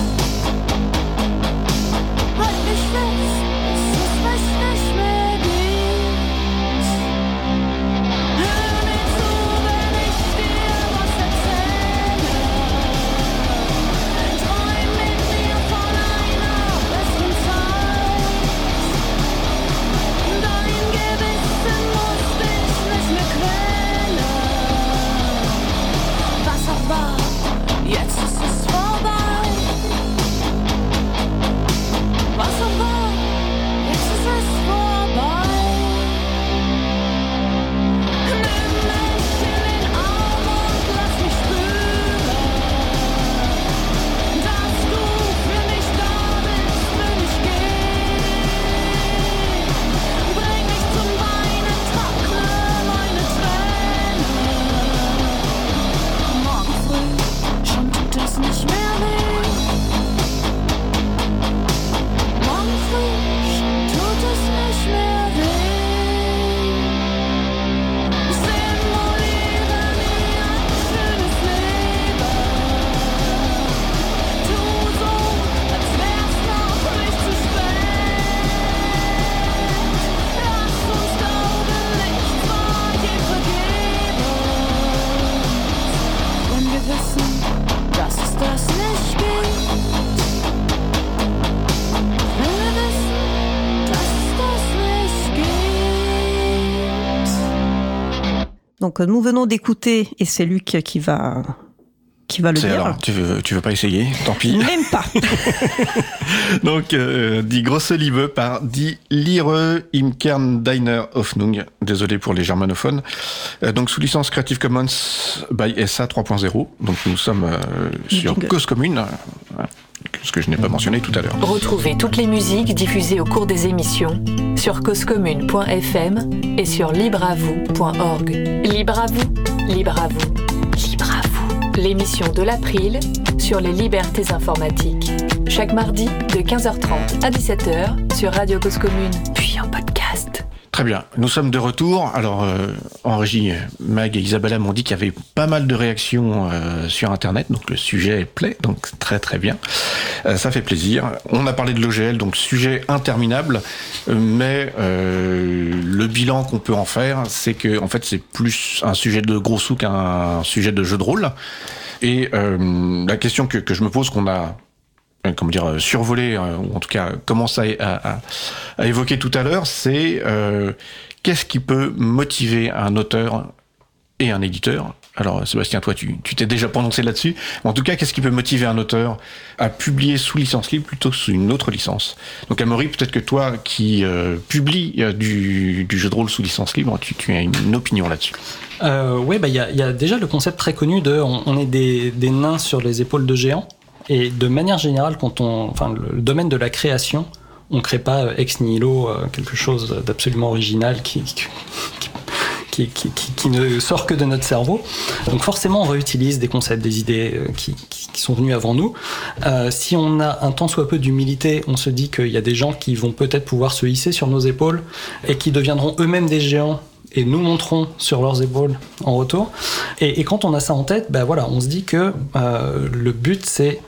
Halt mich fest, dass es mich nicht mehr gibt. Hör mir zu, wenn ich dir was erzähle. Träum mit mir von einer besseren Zeit. Dein Gewissen muss dich nicht mehr quälen. Was auch war, jetzt ist es vorbei. Was auch war, jetzt ist es vorbei. Nimm mich in den Arm und lass mich spüren, dass du für mich da bist, wenn ich gehe. Bring mich zum Weinen, trockne meine Tränen. Morgen früh, schon tut es nicht mehr weh. Morgen früh, schon tut es nicht mehr weh. Simuliere mir ein schönes Leben. Tu so, als wär's noch nicht zu spät. Lass uns glauben, nichts war je vergebens. Wenn wir wissen, dass es das nicht gibt. Wenn wir wissen, dass es das nicht gibt. Donc nous venons d'écouter, et c'est Luc qui va qui va le C'est dire. alors, tu veux, tu veux pas essayer? Tant pis. Même pas. Donc, euh, Die grosse Liebe par Die Liere im Kern deiner Hoffnung. Désolé pour les germanophones. Euh, donc, sous licence Creative Commons by S A trois point zéro. Donc, nous sommes euh, sur Jingle. Cause Commune. Euh, Ce que je n'ai pas mentionné tout à l'heure. Retrouvez toutes les musiques diffusées au cours des émissions sur cause commune point f m et sur libre à vous point org. Libre à vous, libre à vous, libre à vous. L'émission de l'April sur les libertés informatiques. Chaque mardi de quinze heures trente à dix-sept heures sur Radio Cause Commune, puis en podcast. Très bien, nous sommes de retour. Alors, euh, en régie, Mag et Isabella m'ont dit qu'il y avait pas mal de réactions euh, sur Internet, donc le sujet plaît, donc très très bien. Euh, ça fait plaisir. On a parlé de l'O G L, donc sujet interminable, mais euh, le bilan qu'on peut en faire, c'est que en fait, c'est plus un sujet de gros sous qu'un sujet de jeu de rôle. Et euh, la question que, que je me pose, qu'on a comment dire, survolé, ou en tout cas commence à, à, à évoquer tout à l'heure, c'est euh, qu'est-ce qui peut motiver un auteur et un éditeur. Alors Sébastien, toi tu, tu t'es déjà prononcé là-dessus, mais en tout cas, qu'est-ce qui peut motiver un auteur à publier sous licence libre plutôt que sous une autre licence? Donc Amaury, peut-être que toi qui euh, publies euh, du, du jeu de rôle sous licence libre, tu, tu as une opinion là-dessus. Euh, oui, bah, y a, y a déjà le concept très connu de on, on est des, des nains sur les épaules de géants. Et de manière générale, quand on, enfin, le domaine de la création, on ne crée pas ex nihilo quelque chose d'absolument original qui, qui, qui, qui, qui, qui ne sort que de notre cerveau. Donc forcément, on réutilise des concepts, des idées qui, qui, qui sont venus avant nous. Euh, si on a un tant soit peu d'humilité, on se dit qu'il y a des gens qui vont peut-être pouvoir se hisser sur nos épaules et qui deviendront eux-mêmes des géants et nous montrons sur leurs épaules en retour. Et, et quand on a ça en tête, ben voilà, on se dit que euh, le but, c'est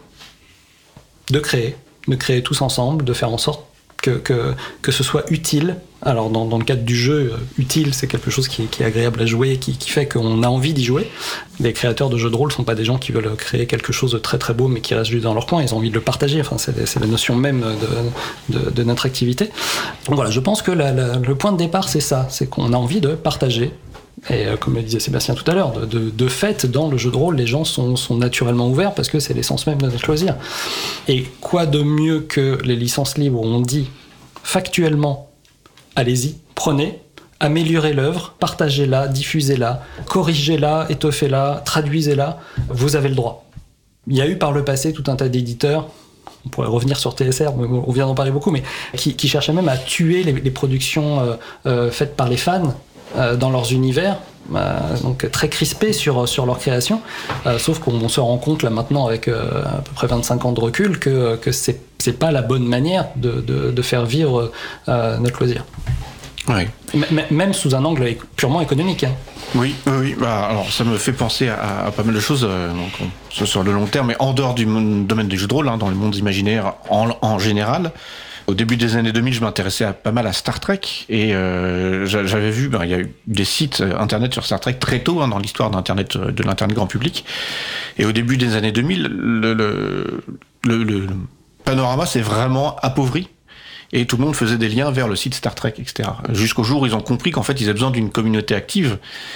de créer, de créer tous ensemble, de faire en sorte que, que, que ce soit utile. Alors dans, dans le cadre du jeu, utile, c'est quelque chose qui est, qui est agréable à jouer, qui, qui fait qu'on a envie d'y jouer. Les créateurs de jeux de rôle ne sont pas des gens qui veulent créer quelque chose de très très beau mais qui restent juste dans leur coin, ils ont envie de le partager, enfin, c'est, c'est la notion même de, de, de notre activité. Donc voilà, je pense que la, la, le point de départ c'est ça, c'est qu'on a envie de partager. Et euh, comme le disait Sébastien tout à l'heure, de, de, de fait, dans le jeu de rôle, les gens sont, sont naturellement ouverts parce que c'est l'essence même de notre loisir. Et quoi de mieux que les licences libres où on dit factuellement, allez-y, prenez, améliorez l'œuvre, partagez-la, diffusez-la, corrigez-la, étoffez-la, traduisez-la, vous avez le droit. Il y a eu par le passé tout un tas d'éditeurs, on pourrait revenir sur T S R, on vient d'en parler beaucoup, mais qui, qui cherchaient même à tuer les, les productions euh, euh, faites par les fans, Euh, dans leurs univers, euh, donc très crispés sur, sur leur création, euh, sauf qu'on se rend compte là maintenant avec euh, à peu près vingt-cinq ans de recul que, que c'est, c'est pas la bonne manière de, de, de faire vivre euh, notre loisir. Ouais. M- même sous un angle purement économique. Hein. Oui, oui, oui. Bah, alors ça me fait penser à, à pas mal de choses, euh, donc on, ce sur le long terme, mais en dehors du monde, domaine du jeu de rôle, hein, dans les mondes imaginaires en, en général. Au début des années deux mille, je m'intéressais à, pas mal à Star Trek et euh, j'avais vu, ben, il y a eu des sites internet sur Star Trek très tôt hein, dans l'histoire d'internet, de l'internet grand public. Et au début des années deux mille, le, le, le, le panorama s'est vraiment appauvri. Et tout le monde faisait des liens vers le site Star Trek, et cetera. Jusqu'au jour où ils ont compris qu'en fait, ils avaient besoin d'une communauté active.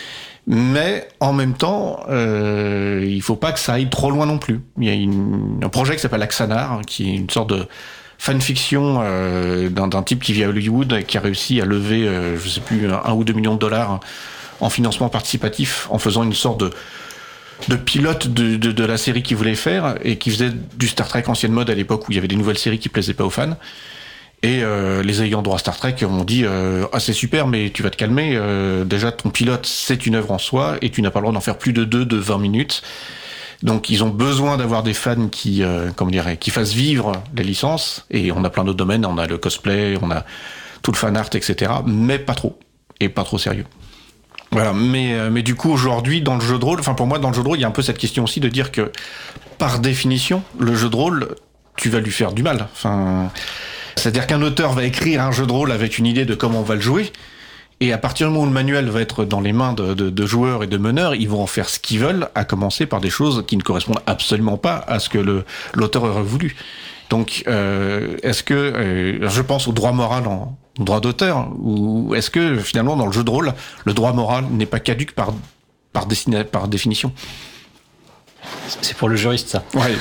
Mais en même temps, euh, il faut pas que ça aille trop loin non plus. Il y a une, un projet qui s'appelle Axanar, hein, qui est une sorte de fanfiction euh, d'un, d'un type qui vit à Hollywood et qui a réussi à lever, euh, je sais plus, un, un ou deux millions de dollars en financement participatif en faisant une sorte de de pilote de, de, de la série qu'il voulait faire et qui faisait du Star Trek ancienne mode à l'époque où il y avait des nouvelles séries qui plaisaient pas aux fans. Et euh, les ayants droit Star Trek m'ont dit euh, ah c'est super mais tu vas te calmer, euh, déjà ton pilote c'est une œuvre en soi et tu n'as pas le droit d'en faire plus de deux de vingt minutes. Donc ils ont besoin d'avoir des fans qui euh, comment dire, qui fassent vivre les licences et on a plein d'autres domaines, on a le cosplay, on a tout le fan art et cetera. Mais pas trop et pas trop sérieux. Voilà, mais mais du coup aujourd'hui dans le jeu de rôle, enfin pour moi dans le jeu de rôle il y a un peu cette question aussi de dire que par définition le jeu de rôle tu vas lui faire du mal. Enfin c'est-à-dire qu'un auteur va écrire un jeu de rôle avec une idée de comment on va le jouer, et à partir du moment où le manuel va être dans les mains de, de, de joueurs et de meneurs, ils vont en faire ce qu'ils veulent, à commencer par des choses qui ne correspondent absolument pas à ce que le, l'auteur aurait voulu. Donc, euh, est-ce que, euh, je pense au droit moral en au droit d'auteur, ou est-ce que finalement dans le jeu de rôle, le droit moral n'est pas caduc par par, dessina, par définition ? C'est pour le juriste, ça. Ouais.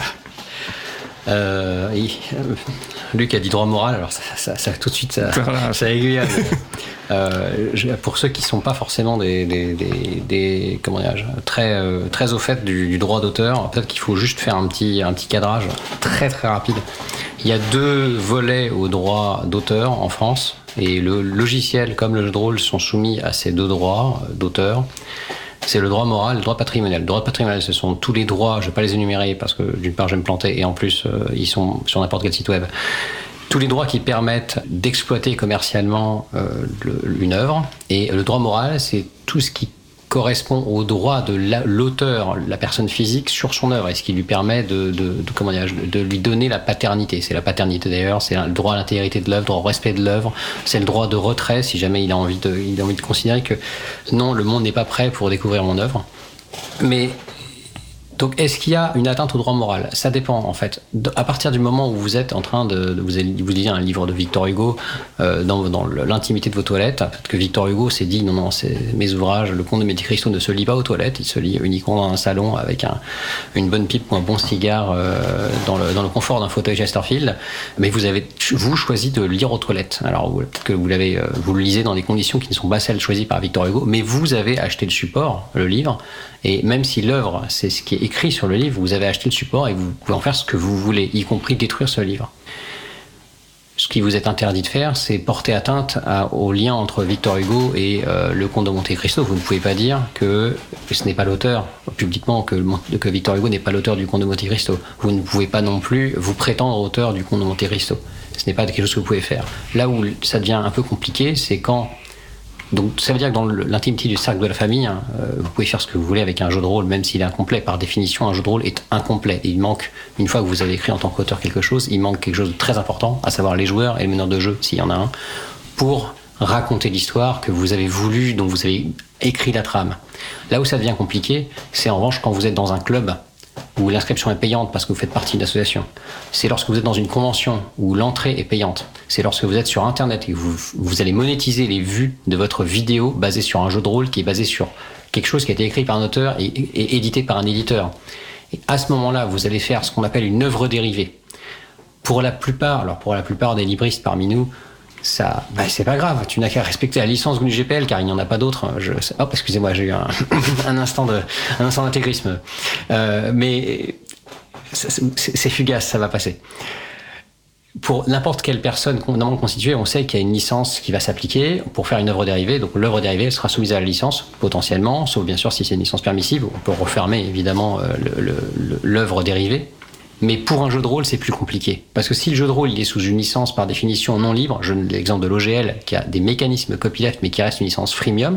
Euh, il- euh, Luc a dit droit moral, alors ça, ça, ça tout de suite ça, Voilà. ça aiguille. Euh, je- pour ceux qui sont pas forcément des, des, des, des- comment dirais-je, très euh, très au fait du, du droit d'auteur, peut-être qu'il faut juste faire un petit un petit cadrage très très rapide. Il y a deux volets au droit d'auteur en France, et le logiciel comme le jeu de rôle sont soumis à ces deux droits d'auteur. C'est le droit moral et le droit patrimonial. Le droit patrimonial, ce sont tous les droits, je ne vais pas les énumérer parce que d'une part je vais me planter et en plus euh, ils sont sur n'importe quel site web. Tous les droits qui permettent d'exploiter commercialement euh, le- une œuvre. Et le droit moral, c'est tout ce qui correspond au droit de la- l'auteur, la personne physique, sur son œuvre et ce qui lui permet de, de, de, comment dire, de lui donner la paternité. C'est la paternité d'ailleurs, c'est le droit à l'intégrité de l'œuvre, le droit au respect de l'œuvre, c'est le droit de retrait si jamais il a envie de, il a envie de considérer que non, le monde n'est pas prêt pour découvrir mon œuvre. Mais donc, est-ce qu'il y a une atteinte au droit moral? Ça dépend, en fait. De- à partir du moment où vous êtes en train de... de vous, allez- vous lisez un livre de Victor Hugo euh, dans, dans le- l'intimité de vos toilettes, peut-être que Victor Hugo s'est dit, non, non, c'est mes ouvrages, le Comte de Monte Cristo ne se lit pas aux toilettes, il se lit uniquement dans un salon avec un, une bonne pipe ou un bon cigare euh, dans, le, dans le confort d'un fauteuil Chesterfield. Mais vous avez, vous, choisi de le lire aux toilettes. Alors, vous- peut-être que vous, l'avez, euh, vous le lisez dans des conditions qui ne sont pas celles choisies par Victor Hugo, mais vous avez acheté le support, le livre, et même si l'œuvre, c'est ce qui est écrit sur le livre, vous avez acheté le support et vous pouvez en faire ce que vous voulez, y compris détruire ce livre. Ce qui vous est interdit de faire, c'est porter atteinte à- au lien entre Victor Hugo et euh, le Comte de Monte Cristo. Vous ne pouvez pas dire que ce n'est pas l'auteur, publiquement, que, le Mon- que Victor Hugo n'est pas l'auteur du Comte de Monte Cristo. Vous ne pouvez pas non plus vous prétendre auteur du Comte de Monte Cristo. Ce n'est pas quelque chose que vous pouvez faire. Là où ça devient un peu compliqué, c'est quand... Donc ça veut dire que dans le- l'intimité du cercle de la famille, hein, euh, vous pouvez faire ce que vous voulez avec un jeu de rôle, même s'il est incomplet. Par définition, un jeu de rôle est incomplet. Et il manque, une fois que vous avez écrit en tant qu'auteur quelque chose, il manque quelque chose de très important, à savoir les joueurs et le meneur de jeu, s'il y en a un, pour raconter l'histoire que vous avez voulu, dont vous avez écrit la trame. Là où ça devient compliqué, c'est en revanche quand vous êtes dans un club où l'inscription est payante parce que vous faites partie d'une association. C'est lorsque vous êtes dans une convention où l'entrée est payante. C'est lorsque vous êtes sur Internet et que vous, vous allez monétiser les vues de votre vidéo basée sur un jeu de rôle qui est basé sur quelque chose qui a été écrit par un auteur et, et édité par un éditeur. Et à ce moment-là, vous allez faire ce qu'on appelle une œuvre dérivée. Pour la plupart, alors pour la plupart des libristes parmi nous, ça, bah, c'est pas grave. Tu n'as qu'à respecter la licence G P L car il n'y en a pas d'autres. Je, hop, excusez-moi, j'ai eu un, un instant de, un instant d'intégrisme. Euh, mais c'est, c'est, c'est fugace, ça va passer. Pour n'importe quelle personne normalement constituée, on sait qu'il y a une licence qui va s'appliquer pour faire une œuvre dérivée. Donc l'œuvre dérivée elle sera soumise à la licence, potentiellement, sauf bien sûr si c'est une licence permissive. On peut refermer évidemment euh, le, le, le, l'œuvre dérivée. Mais pour un jeu de rôle, c'est plus compliqué. Parce que si le jeu de rôle il est sous une licence par définition non libre, je donne l'exemple de l'O G L qui a des mécanismes copyleft mais qui reste une licence freemium,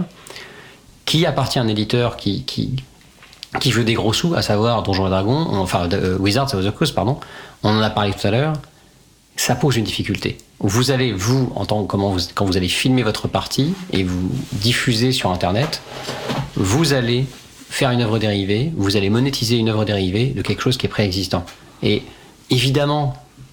qui appartient à un éditeur qui, qui, qui veut des gros sous, à savoir Donjons et Dragons, enfin euh, Wizards of the Coast, pardon, on en a parlé tout à l'heure, ça pose une difficulté. Vous allez, vous, en tant que, comment vous, quand vous allez filmer votre partie et vous diffuser sur Internet, vous allez faire une œuvre dérivée, vous allez monétiser une œuvre dérivée de quelque chose qui est préexistant. Et évidemment,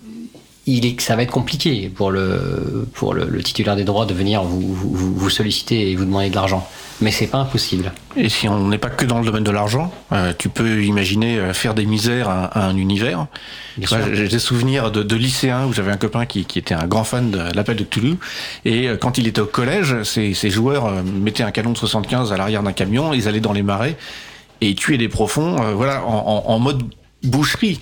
il est, ça va être compliqué pour le, pour le, le titulaire des droits de venir vous, vous, vous solliciter et vous demander de l'argent. Mais c'est pas impossible. Et si on n'est pas que dans le domaine de l'argent, euh, tu peux imaginer euh, faire des misères à, à un univers. Moi, j'ai des souvenirs de, de lycéens où j'avais un copain qui, qui était un grand fan de l'appel de Cthulhu. Et euh, quand il était au collège, ses, ses joueurs euh, mettaient un canon de soixante-quinze à l'arrière d'un camion, ils allaient dans les marais et ils tuaient des profonds, euh, voilà, en, en, en mode boucherie.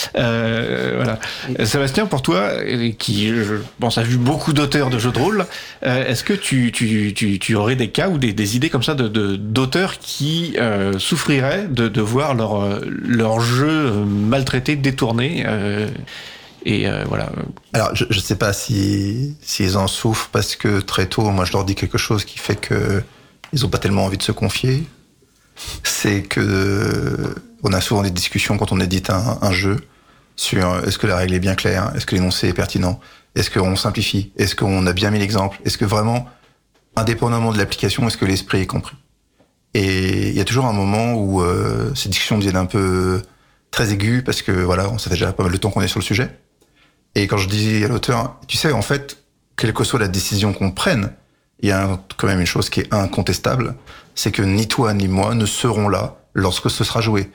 Euh, voilà. Sébastien, pour toi, qui, je pense, a vu beaucoup d'auteurs de jeux de rôle, euh, est-ce que tu, tu, tu, tu aurais des cas ou des, des idées comme ça de, de, d'auteurs qui euh, souffriraient de, de voir leur, leur jeu maltraité, détourné euh, et euh, voilà. Alors, je ne sais pas si s'ils en souffrent parce que très tôt, moi, je leur dis quelque chose qui fait que ils ont pas tellement envie de se confier. C'est que on a souvent des discussions quand on édite un, un jeu sur est-ce que la règle est bien claire, est-ce que l'énoncé est pertinent, est-ce qu'on simplifie, est-ce qu'on a bien mis l'exemple, est-ce que vraiment, indépendamment de l'application, est-ce que l'esprit est compris. Et il y a toujours un moment où euh, ces discussions deviennent un peu très aiguës parce que voilà, on sait déjà pas mal de temps qu'on est sur le sujet. Et quand je dis à l'auteur, tu sais, en fait, quelle que soit la décision qu'on prenne, il y a un, quand même une chose qui est incontestable, c'est que ni toi ni moi ne serons là lorsque ce sera joué.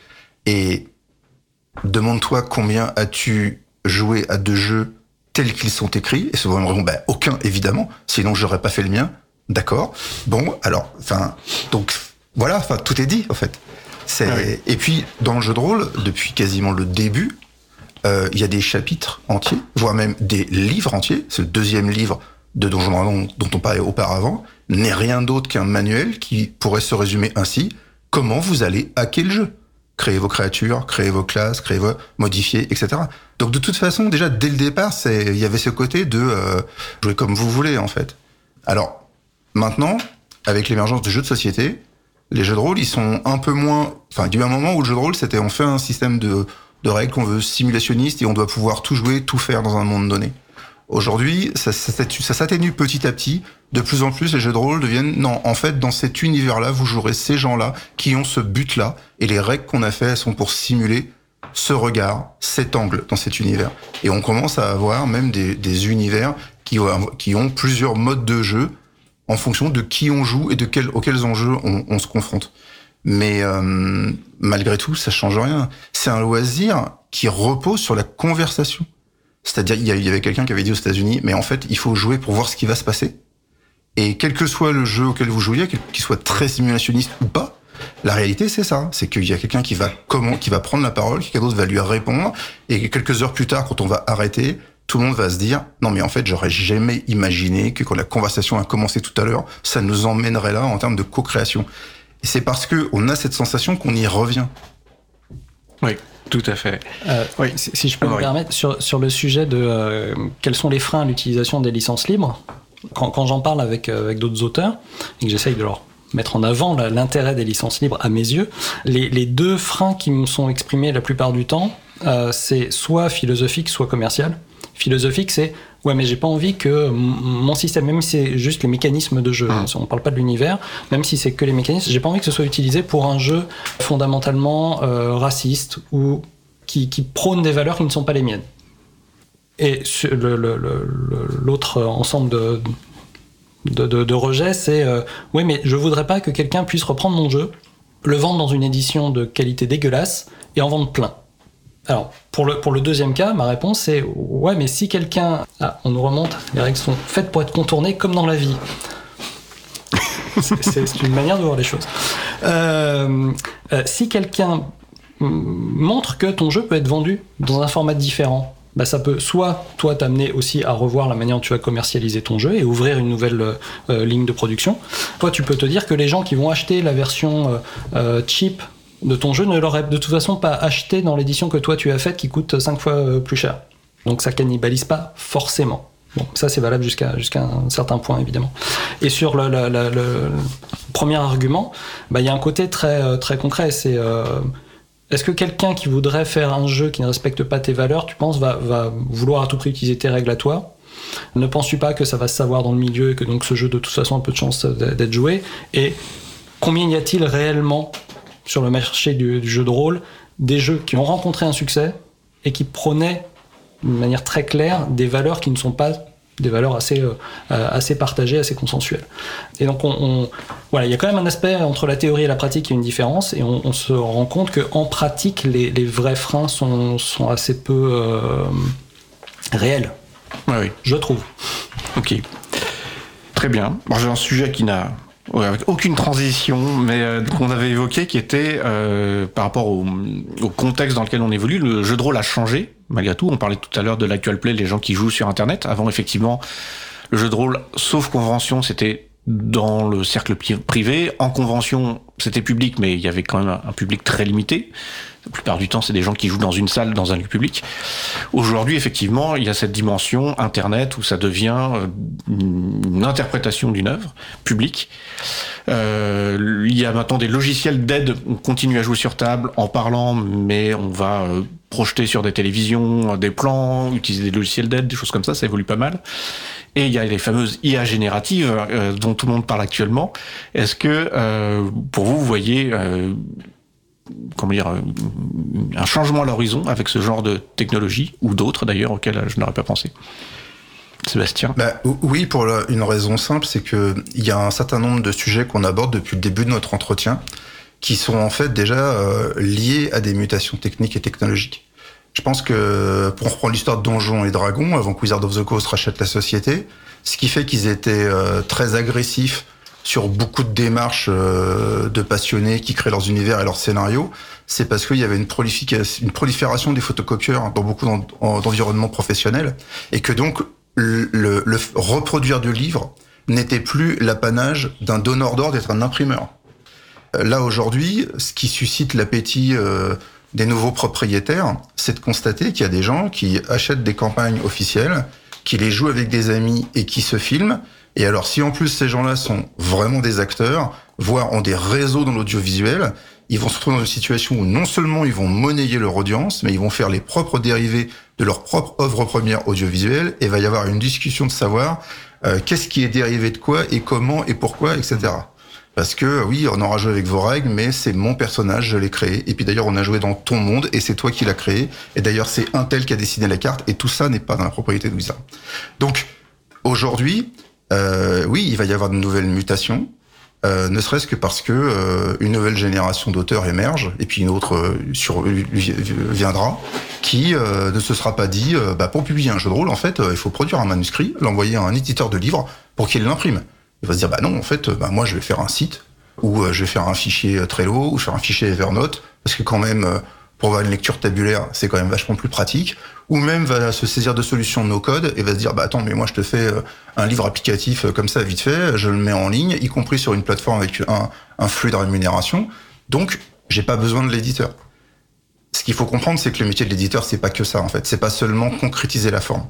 Et demande-toi combien as-tu joué à deux jeux tels qu'ils sont écrits. Et souvent, on répond, bah, aucun, évidemment. Sinon, j'aurais pas fait le mien. D'accord. Bon, alors, enfin, donc, voilà, enfin, tout est dit, en fait. C'est... Ah oui. Et puis, dans le jeu de rôle, depuis quasiment le début, euh, il y a des chapitres entiers, voire même des livres entiers. C'est le deuxième livre de Donjons et Dragons dont on parlait auparavant, n'est rien d'autre qu'un manuel qui pourrait se résumer ainsi. Comment vous allez hacker le jeu? Créer vos créatures, créer vos classes, créer vos... modifier, et cetera. Donc, de toute façon, déjà, dès le départ, c'est... il y avait ce côté de euh, jouer comme vous voulez, en fait. Alors, maintenant, avec l'émergence de jeux de société, les jeux de rôle, ils sont un peu moins... Enfin, il y a eu un moment où le jeu de rôle, c'était on fait un système de, de règles qu'on veut simulationniste et on doit pouvoir tout jouer, tout faire dans un monde donné. Aujourd'hui, ça, ça, ça s'atténue petit à petit. De plus en plus, les jeux de rôle deviennent... Non, en fait, dans cet univers-là, vous jouerez ces gens-là qui ont ce but-là. Et les règles qu'on a fait, elles sont pour simuler ce regard, cet angle dans cet univers. Et on commence à avoir même des, des univers qui ont, qui ont plusieurs modes de jeu en fonction de qui on joue et de quel, auxquels enjeux on, on se confronte. Mais euh, malgré tout, ça change rien. C'est un loisir qui repose sur la conversation. C'est-à-dire, il y avait quelqu'un qui avait dit aux États-Unis, mais en fait, il faut jouer pour voir ce qui va se passer. Et quel que soit le jeu auquel vous jouiez, qu'il soit très simulationniste ou pas, la réalité, c'est ça. C'est qu'il y a quelqu'un qui va comment, qui va prendre la parole, quelqu'un d'autre va lui répondre, et quelques heures plus tard, quand on va arrêter, tout le monde va se dire, non mais en fait, j'aurais jamais imaginé que quand la conversation a commencé tout à l'heure, ça nous emmènerait là en termes de co-création. Et c'est parce que on a cette sensation qu'on y revient. Oui, tout à fait. Euh, oui. si, si je peux ah, me oui. permettre, sur, sur le sujet de euh, quels sont les freins à l'utilisation des licences libres, quand, quand j'en parle avec, euh, avec d'autres auteurs, et que j'essaye de leur mettre en avant là, l'intérêt des licences libres à mes yeux, les, les deux freins qui me sont exprimés la plupart du temps, euh, c'est soit philosophique, soit commercial. Philosophique, c'est ouais, mais j'ai pas envie que mon système, même si c'est juste les mécanismes de jeu, mmh. on parle pas de l'univers, même si c'est que les mécanismes, j'ai pas envie que ce soit utilisé pour un jeu fondamentalement euh, raciste ou qui, qui prône des valeurs qui ne sont pas les miennes. Et le, le, le, l'autre ensemble de, de, de, de rejets, c'est euh, ouais, mais je voudrais pas que quelqu'un puisse reprendre mon jeu, le vendre dans une édition de qualité dégueulasse et en vendre plein. Alors, pour le, pour le deuxième cas, ma réponse c'est ouais, mais si quelqu'un... Ah, on nous remonte, les règles sont faites pour être contournées comme dans la vie. c'est, c'est une manière de voir les choses. Euh, euh, si quelqu'un montre que ton jeu peut être vendu dans un format différent, bah ça peut soit, toi, t'amener aussi à revoir la manière dont tu vas commercialiser ton jeu et ouvrir une nouvelle euh, ligne de production. Toi, tu peux te dire que les gens qui vont acheter la version euh, euh, cheap de ton jeu ne l'auraient de toute façon pas acheté dans l'édition que toi tu as faite qui coûte cinq fois plus cher. Donc ça cannibalise pas forcément. Bon, ça c'est valable jusqu'à, jusqu'à un certain point évidemment. Et sur le, le, le, le premier argument, bah, y a un côté très, très concret, c'est euh, est-ce que quelqu'un qui voudrait faire un jeu qui ne respecte pas tes valeurs, tu penses, va, va vouloir à tout prix utiliser tes règles à toi ? Ne penses-tu pas que ça va se savoir dans le milieu et que donc ce jeu de toute façon a peu de chance d'être joué ? Et combien y a-t-il réellement sur le marché du, du jeu de rôle, des jeux qui ont rencontré un succès et qui prônaient d'une manière très claire des valeurs qui ne sont pas des valeurs assez, euh, assez partagées, assez consensuelles. Et donc, on, on, voilà, il y a quand même un aspect entre la théorie et la pratique qui est une différence, et on, on se rend compte qu'en pratique, les, les vrais freins sont, sont assez peu euh, réels. Ouais, oui. Je trouve. Ok. Très bien. Bon, j'ai un sujet qui n'a Ouais, avec aucune transition, mais euh, qu'on avait évoqué, qui était euh, par rapport au, au contexte dans lequel on évolue. Le jeu de rôle a changé, malgré tout. On parlait tout à l'heure de l'actual play, les gens qui jouent sur Internet. Avant, effectivement, le jeu de rôle, sauf convention, c'était dans le cercle privé. En convention, c'était public, mais il y avait quand même un public très limité. La plupart du temps, c'est des gens qui jouent dans une salle, dans un lieu public. Aujourd'hui, effectivement, il y a cette dimension Internet où ça devient une interprétation d'une œuvre publique. Euh, il y a maintenant des logiciels d'aide. On continue à jouer sur table en parlant, mais on va euh, projeter sur des télévisions des plans, utiliser des logiciels d'aide, des choses comme ça. Ça évolue pas mal. Et il y a les fameuses I A génératives euh, dont tout le monde parle actuellement. Est-ce que, euh, pour vous, vous voyez... Euh, comment dire, un changement à l'horizon avec ce genre de technologie, ou d'autres d'ailleurs auxquelles je n'aurais pas pensé. Sébastien ? Bah, oui, pour une raison simple, c'est qu'il y a un certain nombre de sujets qu'on aborde depuis le début de notre entretien qui sont en fait déjà euh, liées à des mutations techniques et technologiques. Je pense que, pour reprendre l'histoire de Donjons et Dragons, avant que Wizards of the Coast rachète la société, ce qui fait qu'ils étaient euh, très agressifs sur beaucoup de démarches euh, de passionnés qui créent leurs univers et leurs scénarios, c'est parce qu'il y avait une, prolification, une prolifération des photocopieurs dans beaucoup d'environnements professionnels, et que donc le, le, le reproduire du livre n'était plus l'apanage d'un donneur d'ordre, d'être un imprimeur. Là, aujourd'hui, ce qui suscite l'appétit euh, des nouveaux propriétaires, c'est de constater qu'il y a des gens qui achètent des campagnes officielles, qui les jouent avec des amis et qui se filment. Et alors, si en plus ces gens-là sont vraiment des acteurs, voire ont des réseaux dans l'audiovisuel, ils vont se retrouver dans une situation où non seulement ils vont monnayer leur audience, mais ils vont faire les propres dérivés de leur propre œuvre première audiovisuelle, et il va y avoir une discussion de savoir euh, qu'est-ce qui est dérivé de quoi, et comment, et pourquoi, et cetera. Parce que, oui, on aura joué avec vos règles, mais c'est mon personnage, je l'ai créé. Et puis d'ailleurs, on a joué dans ton monde, et c'est toi qui l'as créé. Et d'ailleurs, c'est un tel qui a dessiné la carte, et tout ça n'est pas dans la propriété de Wizard. Donc, aujourd'hui, Euh, oui, il va y avoir de nouvelles mutations, euh, ne serait-ce que parce que euh, une nouvelle génération d'auteurs émerge, et puis une autre euh, sur, viendra, qui euh, ne se sera pas dit, euh, bah, pour publier un jeu de rôle, en fait, euh, il faut produire un manuscrit, l'envoyer à un éditeur de livres pour qu'il l'imprime. Il va se dire, bah non, en fait, bah, moi, je vais faire un site, ou euh, je vais faire un fichier Trello, ou je vais faire un fichier Evernote, parce que quand même, euh, pour avoir une lecture tabulaire, c'est quand même vachement plus pratique. Ou même va se saisir de solutions no-code et va se dire, bah attends, mais moi je te fais un livre applicatif comme ça vite fait, je le mets en ligne, y compris sur une plateforme avec un, un flux de rémunération. Donc, j'ai pas besoin de l'éditeur. Ce qu'il faut comprendre, c'est que le métier de l'éditeur, c'est pas que ça en fait. C'est pas seulement concrétiser la forme.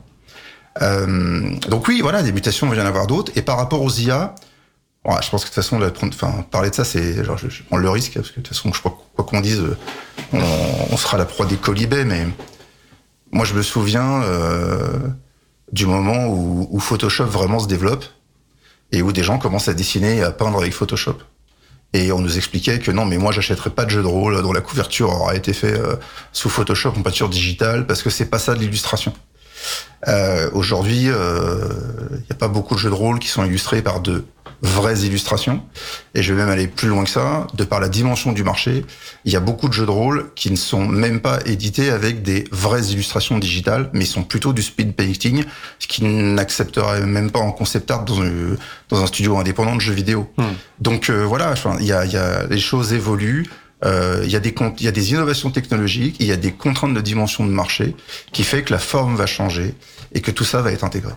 Euh, donc oui, voilà, des mutations, il va y en avoir d'autres. Et par rapport aux I A, ouais, je pense que de toute façon, la, enfin, parler de ça, c'est, genre, je, je prends le risque parce que de toute façon, je crois quoi qu'on dise, on, on sera la proie des colibés, mais moi, je me souviens euh, du moment où, où Photoshop vraiment se développe et où des gens commencent à dessiner et à peindre avec Photoshop. Et on nous expliquait que non, mais moi, j'achèterais pas de jeu de rôle dont la couverture aura été faite euh, sous Photoshop en peinture digitale parce que c'est pas ça de l'illustration. Euh, aujourd'hui, il euh, n'y a pas beaucoup de jeux de rôle qui sont illustrés par de vraies illustrations. Et je vais même aller plus loin que ça. De par la dimension du marché, il y a beaucoup de jeux de rôle qui ne sont même pas édités avec des vraies illustrations digitales, mais sont plutôt du speed painting, ce qui n'accepterait même pas en concept art dans un, dans un studio indépendant de jeux vidéo. Mmh. Donc euh, voilà, enfin, il y a, il y a, les choses évoluent. Euh, il y a des il y a des innovations technologiques, il y a des contraintes de dimension de marché qui fait que la forme va changer et que tout ça va être intégré.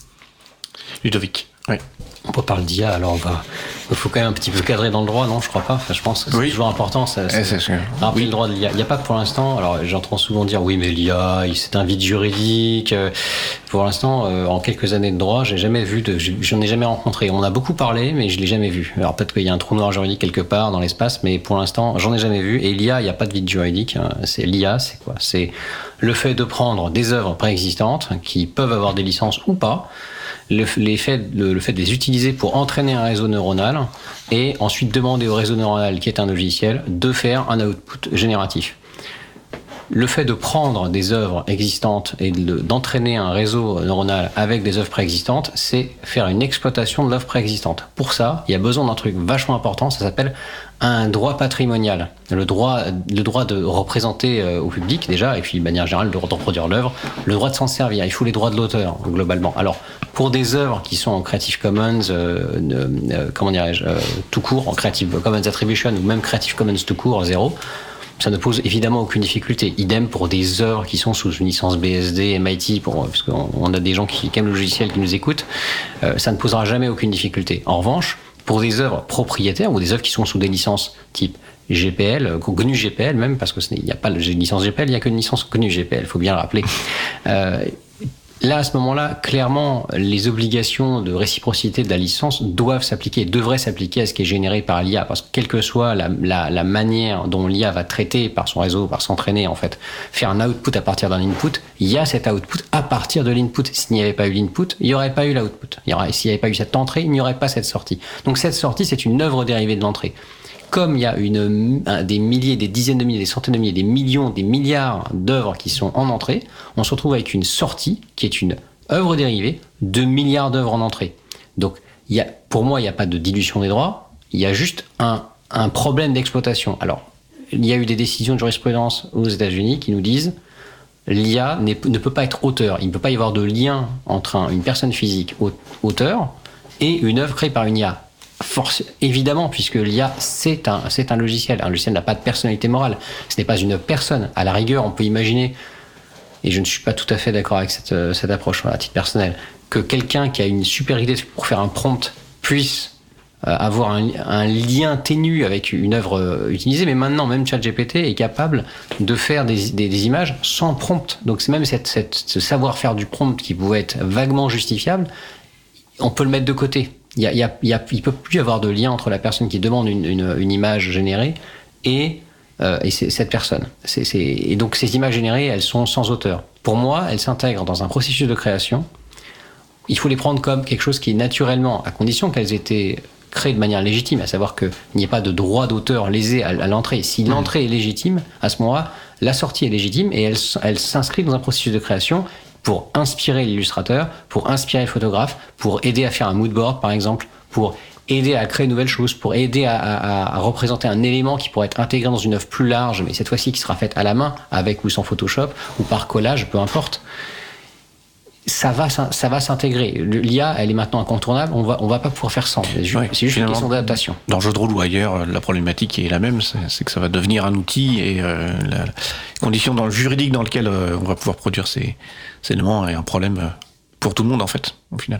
Ludovic. Oui. On parle d'I A, alors on va, il faut quand même un petit peu cadrer dans le droit, non? Je crois pas. Enfin, je pense que c'est oui. toujours important. Ça, c'est, c'est, c'est rappeler oui. le droit de l'I A. Il n'y a pas pour l'instant. Alors, j'entends souvent dire oui, mais l'I A, c'est un vide juridique. Pour l'instant, euh, en quelques années de droit, j'ai jamais vu de, j'en ai jamais rencontré. On a beaucoup parlé, mais je l'ai jamais vu. Alors peut-être qu'il y a un trou noir juridique quelque part dans l'espace, mais pour l'instant, j'en ai jamais vu. Et l'I A, il n'y a pas de vide juridique. C'est l'I A, c'est quoi? C'est le fait de prendre des œuvres préexistantes qui peuvent avoir des licences ou pas. Le, les faits, le, le fait de les utiliser pour entraîner un réseau neuronal et ensuite demander au réseau neuronal, qui est un logiciel, de faire un output génératif. Le fait de prendre des œuvres existantes et de, d'entraîner un réseau neuronal avec des œuvres préexistantes, c'est faire une exploitation de l'œuvre préexistante. Pour ça, il y a besoin d'un truc vachement important, ça s'appelle un droit patrimonial. Le droit, le droit de représenter euh, au public déjà, et puis de manière générale, le droit de reproduire l'œuvre, le droit de s'en servir. Il faut les droits de l'auteur, globalement. Alors, pour des œuvres qui sont en Creative Commons, euh, euh, comment dirais-je, euh, tout court, en Creative Commons Attribution, ou même Creative Commons tout court, zéro, ça ne pose évidemment aucune difficulté. Idem pour des œuvres qui sont sous une licence B S D, M I T, pour, parce qu'on a des gens qui, qui aiment le logiciel qui nous écoutent, euh, ça ne posera jamais aucune difficulté. En revanche, pour des œuvres propriétaires ou des œuvres qui sont sous des licences type G P L, G N U G P L même, parce qu'il n'y a pas de licence G P L, il n'y a qu'une licence G N U G P L, il faut bien le rappeler. Euh, Là, à ce moment-là, clairement, les obligations de réciprocité de la licence doivent s'appliquer, devraient s'appliquer à ce qui est généré par l'I A, parce que quelle que soit la, la, la manière dont l'I A va traiter par son réseau, par s'entraîner en fait, faire un output à partir d'un input, il y a cet output à partir de l'input. S'il n'y avait pas eu l'input, il n'y aurait pas eu l'output. Il y aurait, s'il n'y avait pas eu cette entrée, il n'y aurait pas cette sortie. Donc cette sortie, c'est une œuvre dérivée de l'entrée. Comme il y a une, un, des milliers, des dizaines de milliers, des centaines de milliers, des millions, des milliards d'œuvres qui sont en entrée, on se retrouve avec une sortie qui est une œuvre dérivée de milliards d'œuvres en entrée. Donc, il y a, pour moi, il n'y a pas de dilution des droits, il y a juste un, un problème d'exploitation. Alors, il y a eu des décisions de jurisprudence aux États-Unis qui nous disent l'I A n'est, ne peut pas être auteur. Il ne peut pas y avoir de lien entre un, une personne physique auteur et une œuvre créée par une I A. Force, évidemment, puisque l'I A, c'est un, c'est un logiciel. Un logiciel n'a pas de personnalité morale. Ce n'est pas une personne. À la rigueur, on peut imaginer, et je ne suis pas tout à fait d'accord avec cette, cette approche à titre personnel, que quelqu'un qui a une super idée pour faire un prompt puisse euh, avoir un, un lien ténu avec une œuvre euh, utilisée. Mais maintenant, même ChatGPT est capable de faire des, des, des images sans prompt. Donc c'est même cette, cette, ce savoir-faire du prompt qui pouvait être vaguement justifiable, on peut le mettre de côté. Il y a, il y a, il y a, il peut plus y avoir de lien entre la personne qui demande une, une, une image générée et, euh, et c'est, cette personne. C'est, c'est, et donc ces images générées, elles sont sans auteur. Pour moi, elles s'intègrent dans un processus de création. Il faut les prendre comme quelque chose qui est naturellement, à condition qu'elles aient été créées de manière légitime, à savoir qu'il n'y ait pas de droit d'auteur lésé à, à l'entrée. Si mmh. l'entrée est légitime, à ce moment-là, la sortie est légitime et elle, elle s'inscrit dans un processus de création pour inspirer l'illustrateur, pour inspirer le photographe, pour aider à faire un mood board, par exemple, pour aider à créer de nouvelles choses, pour aider à, à, à représenter un élément qui pourrait être intégré dans une œuvre plus large, mais cette fois-ci qui sera faite à la main, avec ou sans Photoshop, ou par collage, peu importe. Ça va, ça va s'intégrer. L'I A, elle est maintenant incontournable. On va, on va pas pouvoir faire sans. C'est juste, ouais, c'est juste une question d'adaptation. Dans le jeu de rôle ou ailleurs, la problématique est la même. C'est, c'est que ça va devenir un outil et euh, la condition dans le juridique dans lequel euh, on va pouvoir produire ces, ces éléments est un problème pour tout le monde en fait, au final.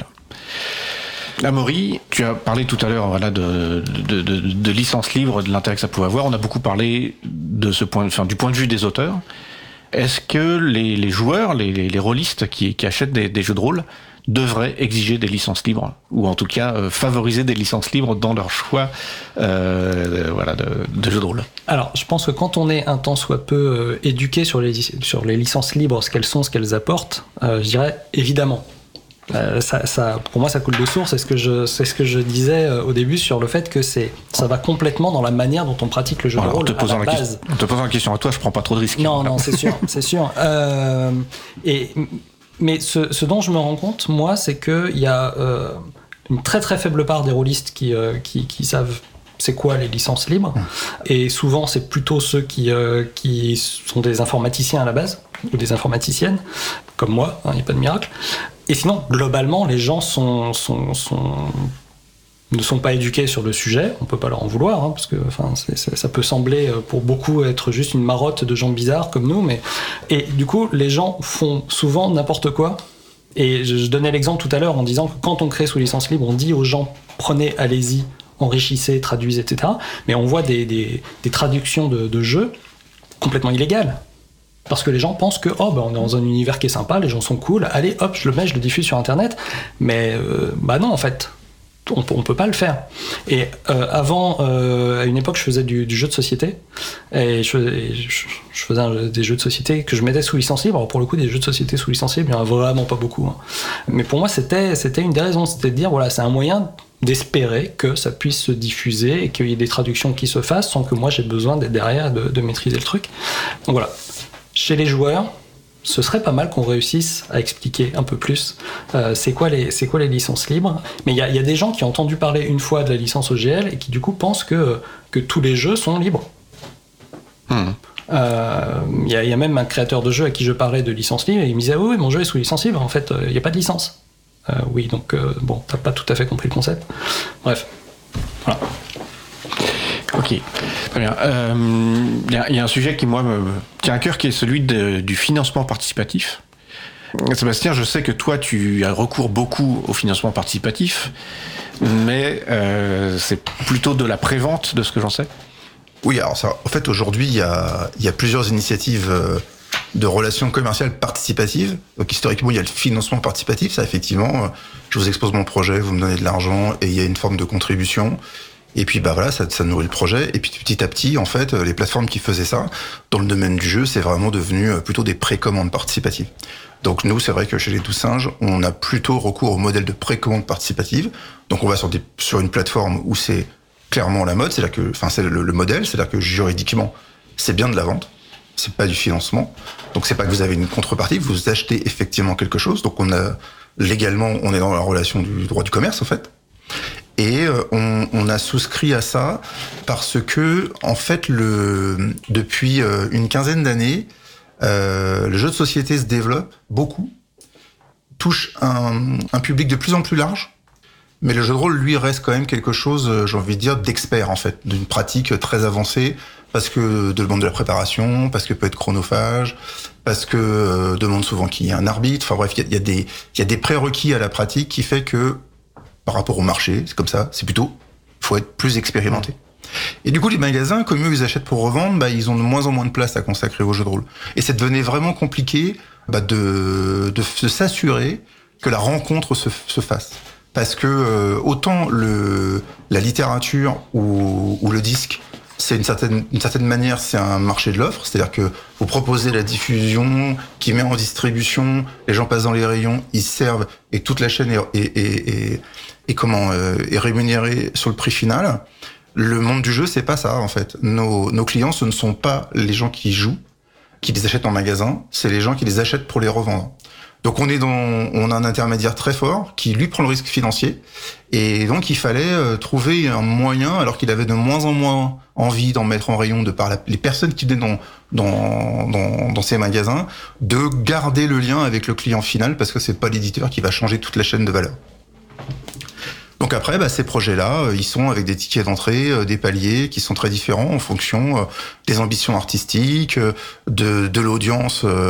Amaury, tu as parlé tout à l'heure voilà, de, de, de, de licence libre, de l'intérêt que ça pouvait avoir. On a beaucoup parlé de ce point, enfin, du point de vue des auteurs. Est-ce que les, les joueurs, les, les, les rôlistes qui, qui achètent des, des jeux de rôle devraient exiger des licences libres, ou en tout cas euh, favoriser des licences libres dans leur choix euh, voilà, de, de jeux de rôle? Alors, je pense que quand on est un tant soit peu euh, éduqué sur les, sur les licences libres, ce qu'elles sont, ce qu'elles apportent, euh, je dirais évidemment. Euh, ça, ça, pour moi, ça coule de source. C'est ce que je, c'est ce que je disais euh, au début sur le fait que c'est, ça va complètement dans la manière dont on pratique le jeu voilà, de rôle te à la la base. Question, en te posant la question à toi, je prends pas trop de risques. Non, non, c'est sûr, c'est sûr. Euh, et mais ce, ce dont je me rends compte, moi, c'est que il y a euh, une très très faible part des rôlistes qui, euh, qui, qui savent c'est quoi les licences libres. Mmh. Et souvent, c'est plutôt ceux qui, euh, qui sont des informaticiens à la base ou des informaticiennes, comme moi. Il hein, n'y a pas de miracle. Et sinon, globalement, les gens sont, sont, sont, ne sont pas éduqués sur le sujet. On ne peut pas leur en vouloir, hein, parce que enfin, c'est, c'est, ça peut sembler pour beaucoup être juste une marotte de gens bizarres comme nous. Mais... Et du coup, les gens font souvent n'importe quoi. Et je, je donnais l'exemple tout à l'heure en disant que quand on crée sous licence libre, on dit aux gens « prenez, allez-y, enrichissez, traduisez, et cetera » Mais on voit des, des, des traductions de, de jeux complètement illégales. Parce que les gens pensent que oh, bah, on est dans un univers qui est sympa, les gens sont cool, allez hop, je le mets, je le diffuse sur internet. Mais euh, bah non, en fait, on, on peut pas le faire. Et euh, avant, euh, à une époque, je faisais du, du jeu de société. Et je, et je, je faisais un, des jeux de société que je mettais sous licence libre. Alors pour le coup, des jeux de société sous licence libre, il n'y en a vraiment pas beaucoup. Hein. Mais pour moi, c'était, c'était une des raisons. C'était de dire, voilà, c'est un moyen d'espérer que ça puisse se diffuser et qu'il y ait des traductions qui se fassent sans que moi, j'ai besoin d'être derrière, de, de maîtriser le truc. Donc voilà. Chez les joueurs, ce serait pas mal qu'on réussisse à expliquer un peu plus euh, c'est quoi les c'est quoi les licences libres. Mais il y a, y a des gens qui ont entendu parler une fois de la licence O G L et qui du coup pensent que que tous les jeux sont libres. Il mmh. euh, y, y a même un créateur de jeu à qui je parlais de licence libre et il me disait ah oui, oui mon jeu est sous licence libre. En fait, il euh, n'y a pas de licence. Euh, oui, donc euh, bon, t'as pas tout à fait compris le concept. Bref, voilà. Ok, très bien. Il euh, y, y a un sujet qui, moi, me tient à cœur, qui est celui de, du financement participatif. Sébastien, je sais que toi, tu as recours beaucoup au financement participatif, mais euh, c'est plutôt de la prévente, de ce que j'en sais. Oui, alors ça, en fait, aujourd'hui, il y a, y a plusieurs initiatives de relations commerciales participatives. Donc, historiquement, il y a le financement participatif. Ça, effectivement, je vous expose mon projet, vous me donnez de l'argent, et il y a une forme de contribution. Et puis bah voilà, ça, ça nourrit le projet. Et puis petit à petit, en fait, les plateformes qui faisaient ça, dans le domaine du jeu, c'est vraiment devenu plutôt des précommandes participatives. Donc nous, c'est vrai que chez les douze singes, on a plutôt recours au modèle de précommande participative. Donc on va sur, des, sur une plateforme où c'est clairement la mode, c'est-à-dire que, enfin c'est le, le modèle, c'est-à-dire que juridiquement, c'est bien de la vente, c'est pas du financement. Donc c'est pas que vous avez une contrepartie, vous achetez effectivement quelque chose. Donc on a légalement, on est dans la relation du droit du commerce en fait. Et euh, on, on a souscrit à ça parce que, en fait, le, depuis euh, une quinzaine d'années, euh, le jeu de société se développe beaucoup, touche un, un public de plus en plus large, mais le jeu de rôle, lui, reste quand même quelque chose, j'ai envie de dire, d'expert, en fait, d'une pratique très avancée, parce que demande de la préparation, parce que peut être chronophage, parce que euh, demande souvent qu'il y ait un arbitre. Enfin bref, il y a, y a des il y a des prérequis à la pratique qui fait que par rapport au marché, c'est comme ça, c'est plutôt faut être plus expérimenté. Et du coup, les magasins, comme eux, ils achètent pour revendre, bah ils ont de moins en moins de place à consacrer au jeu de rôle. Et ça devenait vraiment compliqué bah, de, de de s'assurer que la rencontre se, se fasse. Parce que euh, autant le la littérature ou, ou le disque, c'est une certaine, une certaine manière, c'est un marché de l'offre, c'est-à-dire que vous proposez la diffusion, qui met en distribution, les gens passent dans les rayons, ils servent, et toute la chaîne est, est, est, est, est comment, euh, est rémunérée sur le prix final. Le monde du jeu, c'est pas ça, en fait. Nos, nos clients, ce ne sont pas les gens qui jouent, qui les achètent en magasin, c'est les gens qui les achètent pour les revendre. Donc on est dans, on a un intermédiaire très fort qui lui prend le risque financier, et donc il fallait euh, trouver un moyen, alors qu'il avait de moins en moins envie d'en mettre en rayon de par la, les personnes qui venaient dans, dans dans dans ces magasins, de garder le lien avec le client final, parce que c'est pas l'éditeur qui va changer toute la chaîne de valeur. Donc après, bah, ces projets-là, euh, ils sont avec des tickets d'entrée, euh, des paliers qui sont très différents en fonction euh, des ambitions artistiques, euh, de, de l'audience, euh,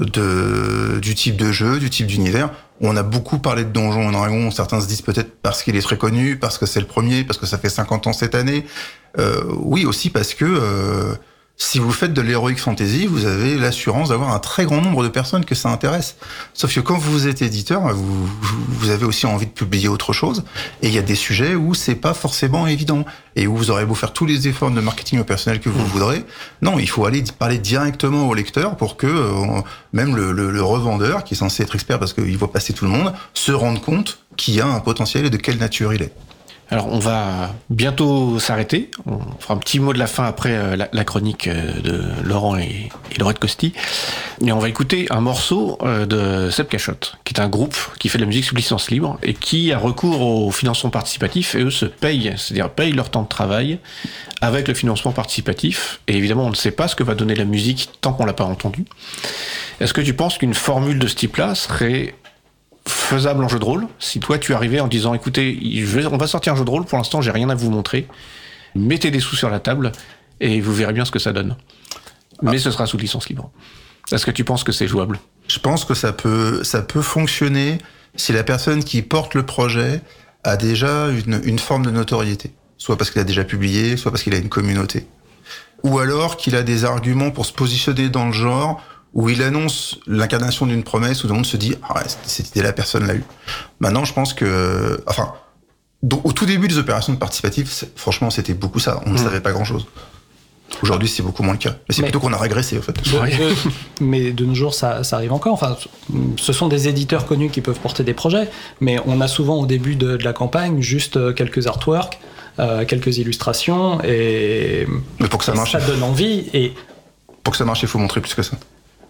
de, du type de jeu, du type d'univers. On a beaucoup parlé de Donjons et Dragons. Certains se disent peut-être parce qu'il est très connu, parce que c'est le premier, parce que ça fait cinquante ans cette année. Euh, oui, aussi parce que euh, si vous faites de l'heroic fantasy, vous avez l'assurance d'avoir un très grand nombre de personnes que ça intéresse. Sauf que quand vous êtes éditeur, vous, vous avez aussi envie de publier autre chose. Et il y a des sujets où c'est pas forcément évident. Et où vous aurez beau faire tous les efforts de marketing personnel que vous mmh. voudrez. Non, il faut aller parler directement au lecteur pour que euh, même le, le, le revendeur, qui est censé être expert parce qu'il voit passer tout le monde, se rende compte qu'il y a un potentiel et de quelle nature il est. Alors, on va bientôt s'arrêter. On fera un petit mot de la fin après la, la chronique de Laurent et, et Laurette Costi. Et on va écouter un morceau de Seb Cachotte, qui est un groupe qui fait de la musique sous licence libre et qui a recours au financement participatif, et eux se payent, c'est-à-dire payent leur temps de travail avec le financement participatif. Et évidemment, on ne sait pas ce que va donner la musique tant qu'on l'a pas entendue. Est-ce que tu penses qu'une formule de ce type-là serait faisable en jeu de rôle, si toi tu arrivais en disant écoutez, je vais, on va sortir un jeu de rôle, pour l'instant j'ai rien à vous montrer, mettez des sous sur la table et vous verrez bien ce que ça donne. Mais ah. ce sera sous licence libre. Est-ce que tu penses que c'est jouable ? Je pense que ça peut, ça peut fonctionner si la personne qui porte le projet a déjà une, une forme de notoriété. Soit parce qu'il a déjà publié, soit parce qu'il a une communauté. Ou alors qu'il a des arguments pour se positionner dans le genre où il annonce l'incarnation d'une promesse, où tout le monde se dit ah ouais, cette idée-là, personne l'a eu. Maintenant, je pense que, enfin, donc, au tout début des opérations de participatif, franchement, c'était beaucoup ça. On ne mmh. savait pas grand-chose. Aujourd'hui, c'est beaucoup moins le cas. Mais c'est mais, plutôt qu'on a régressé, en fait. De, de, mais de nos jours, ça, ça arrive encore. Enfin, ce sont des éditeurs connus qui peuvent porter des projets, mais on a souvent, au début de, de la campagne, juste quelques artworks, euh, quelques illustrations, et, mais pour que ça, et marche, ça donne envie. Et pour que ça marche, il faut montrer plus que ça.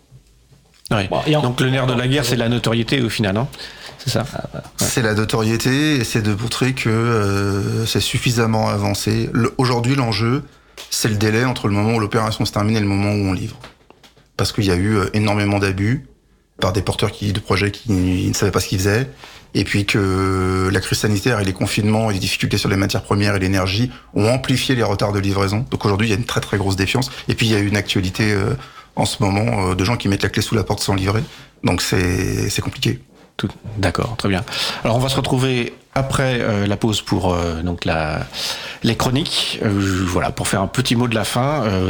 Ouais. Bon, en... Donc le nerf de la guerre, c'est la notoriété au final, hein. C'est ça. Ouais. C'est la notoriété, et c'est de montrer que euh, c'est suffisamment avancé. Le, aujourd'hui, l'enjeu, c'est le délai entre le moment où l'opération se termine et le moment où on livre. Parce qu'il y a eu énormément d'abus par des porteurs qui, de projets qui ne savaient pas ce qu'ils faisaient, et puis que la crise sanitaire et les confinements et les difficultés sur les matières premières et l'énergie ont amplifié les retards de livraison. Donc aujourd'hui, il y a une très très grosse défiance. Et puis il y a une actualité euh, en ce moment euh, de gens qui mettent la clé sous la porte sans livrer. Donc c'est, c'est compliqué. Tout, d'accord, très bien. Alors on va se retrouver après euh, la pause pour euh, donc la les chroniques. Euh, voilà, pour faire un petit mot de la fin. Euh,